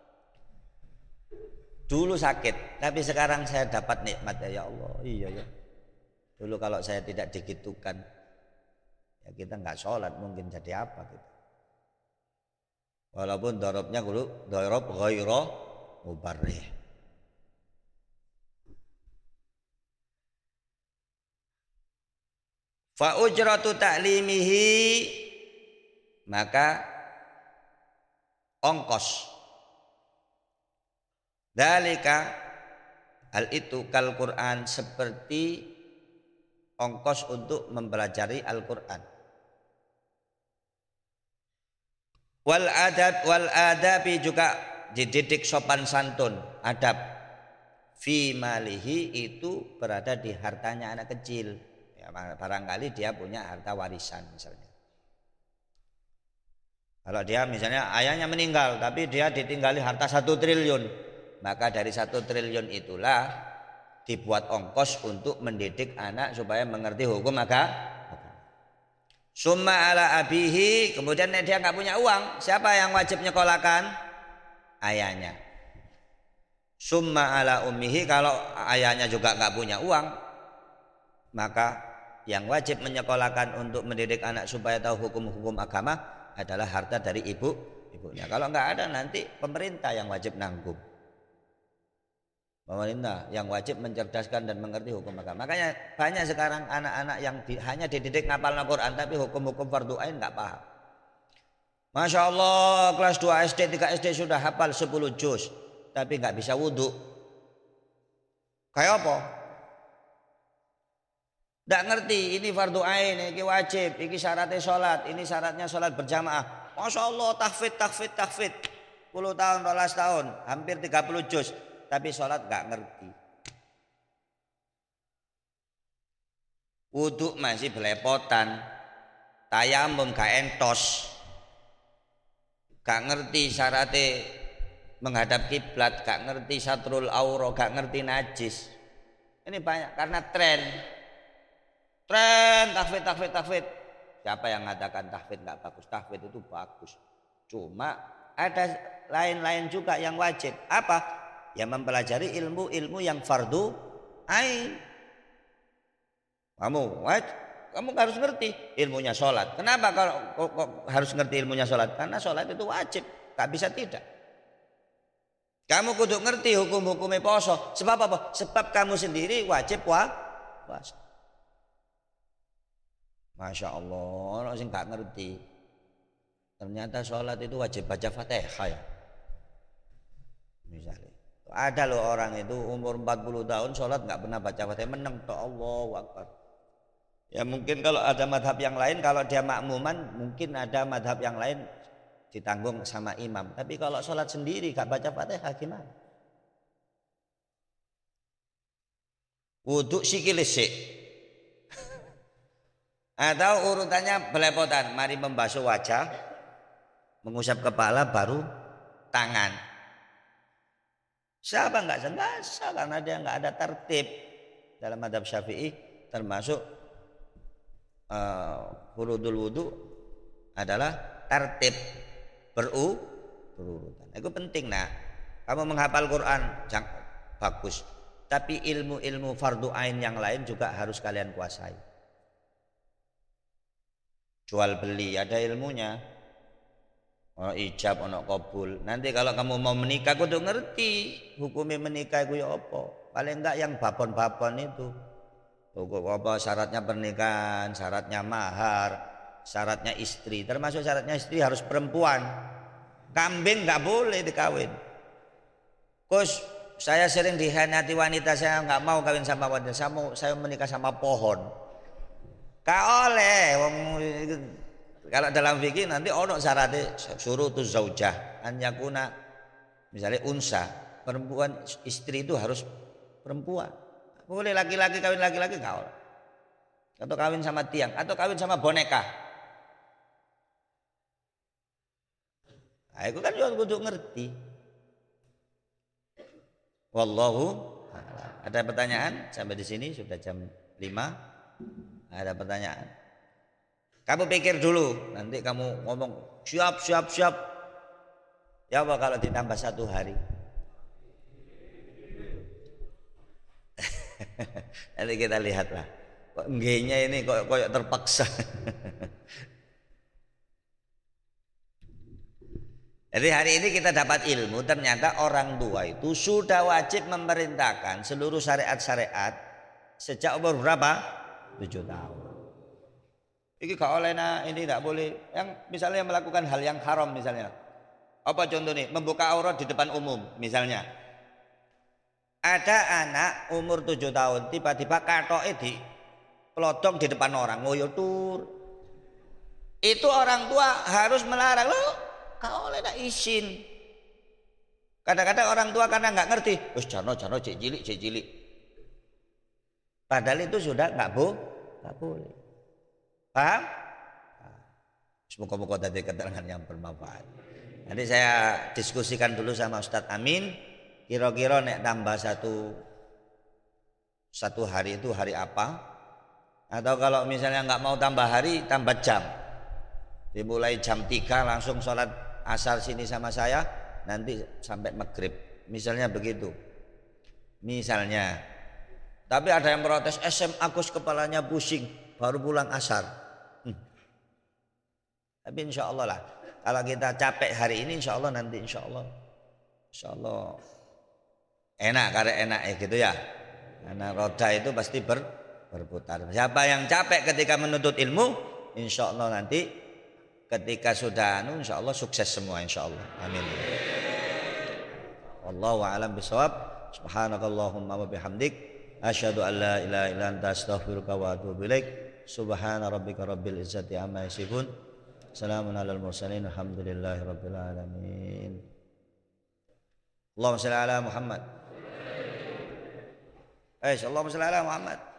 Dulu sakit, tapi sekarang saya dapat nikmat ya Allah. Iya ya. Dulu kalau saya tidak digitukan, ya kita nggak sholat mungkin jadi apa gitu. Walaupun dorobnya dulu dorob ghairu mubarrih. Fa ujratu ta'limihi, maka ongkos dalika hal itu kal Quran, seperti ongkos untuk mempelajari Al-Quran. Wal adabi juga dididik sopan santun, adab. Fi malihi itu berada di hartanya anak kecil. Ya, barangkali dia punya harta warisan misalnya. Kalau dia misalnya ayahnya meninggal tapi dia ditinggali harta 1 triliun, maka dari 1 triliun itulah dibuat ongkos untuk mendidik anak supaya mengerti hukum agama. Summa ala abihi, kemudian dia nggak punya uang, siapa yang wajib nyekolahkan? Ayahnya. Summa ala ummihi, kalau ayahnya juga nggak punya uang, maka yang wajib menyekolahkan untuk mendidik anak supaya tahu hukum-hukum agama adalah harta dari ibunya. Kalau nggak ada nanti pemerintah yang wajib nanggung. Pemerintah yang wajib mencerdaskan dan mengerti hukum agama. Makanya banyak sekarang anak-anak yang hanya dididik ngapal Al-Quran tapi hukum-hukum fardu ain nggak paham. Masya Allah, kelas 2 SD, 3 SD sudah hafal 10 juz tapi nggak bisa wudhu. Kayak apa? Nggak ngerti ini fardu ain, ini wajib, ini syaratnya sholat, ini syaratnya sholat berjamaah. Masya Allah, tahfidz 10 tahun, 12 tahun, hampir 30 juz. Tapi sholat gak ngerti. Wudhu masih belepotan. Tayamum gak entos. Gak ngerti syaratnya menghadap kiblat, gak ngerti satrul aura, gak ngerti najis. Ini banyak karena tren tahfidz. Siapa yang mengatakan tahfidz gak bagus? Tahfidz itu bagus. Cuma ada lain-lain juga yang wajib. Apa? Yang mempelajari ilmu-ilmu yang fardu ain. Kamu harus ngerti ilmunya sholat. Kenapa kalau harus ngerti ilmunya sholat? Karena sholat itu wajib, gak bisa tidak. Kamu kudu ngerti hukum-hukumnya poso. Sebab apa? Sebab kamu sendiri wajib puasa. Masya Allah, orang sing gak ngerti. Ternyata sholat itu wajib baca Fatihah ya. Misalnya. Ada loh orang itu umur 40 tahun sholat nggak pernah baca Fatihah, menang toh Allahu Akbar. Ya mungkin kalau ada madhab yang lain, kalau dia makmuman mungkin ada madhab yang lain ditanggung sama imam. Tapi kalau sholat sendiri gak baca Fatihah gimana? Wudhu sikil sik. Atau urutannya belepotan, mari membasuh wajah, mengusap kepala, baru tangan. Siapa enggak sengaja karena dia enggak ada tertib dalam mazhab Syafi'i, termasuk furudul wudu adalah tertib berurutan. Itu penting. Nah, kamu menghafal Quran bagus, tapi ilmu-ilmu fardu ain yang lain juga harus kalian kuasai. Jual beli ada ilmunya, ono ijab, ono kabul. Nanti kalau kamu mau menikah kudu ngerti hukumnya menikah itu ya apa. Paling enggak yang babon-babon itu. Hukum apa syaratnya pernikahan, syaratnya mahar, syaratnya istri. Termasuk syaratnya istri harus perempuan. Kambing enggak boleh dikawin. Kus, saya sering dikhianati wanita, saya enggak mau kawin sama wanita. Saya menikah sama pohon. Gak oleh wong, kalau dalam fikih nanti ono syaratnya syurutuz zaujah an yakuna misalnya unsa, perempuan istri itu harus perempuan. Boleh laki-laki kawin laki-laki gak oleh. Atau kawin sama tiang atau kawin sama boneka. Nah, itu kan juga kudu ngerti. Wallahu a'lam. Ada pertanyaan sampai di sini sudah jam 5. Ada pertanyaan? Kamu pikir dulu, nanti kamu ngomong siap. Ya apa kalau ditambah 1 hari? Nanti kita lihatlah. Kok enggaknya ini kok terpaksa. Jadi hari ini kita dapat ilmu, ternyata orang tua itu sudah wajib memerintahkan seluruh syariat-syariat sejak umur berapa? 7 tahun. Ini gak oleh, nah ini tidak boleh. Yang misalnya melakukan hal yang haram misalnya. Apa contohnya? Membuka aurat di depan umum misalnya. Ada anak umur 7 tahun tiba-tiba katoke di pelodong di depan orang, ngoyo tur. Itu orang tua harus melarang. Loh, gak oleh nak izin. Kadang-kadang orang tua karena nggak ngerti, wis jano cek cilik. Padahal itu sudah nggak boleh. Paham? Semoga-moga tadi keterangan yang bermanfaat. Nanti saya diskusikan dulu sama Ustadz Amin. Kira-kira nek tambah satu hari itu hari apa? Atau kalau misalnya nggak mau tambah hari, tambah jam. Dimulai jam 3 langsung sholat asar sini sama saya, nanti sampai maghrib. Misalnya begitu. Misalnya. Tapi ada yang protes, SMA Gus kepalanya pusing, baru pulang asar. Tapi insya Allah lah, kalau kita capek hari ini, insya Allah nanti insya Allah enak, karena enak ya gitu ya. Karena roda itu pasti berputar. Siapa yang capek ketika menuntut ilmu, insya Allah nanti ketika sudah insya Allah sukses semua insya Allah. Amin. Wallahu a'lam bishawab. Subhanakallahumma wa bihamdik. Asyhadu an la ilaha illa anta astaghfiruka wa atubu ilaik. Subhana rabbika rabbil izzati amma yasifun. Salamun alal mursalin. Alhamdulillahi rabbil alamin. Allahumma shalli ala Muhammad. Allahumma shalli ala Muhammad.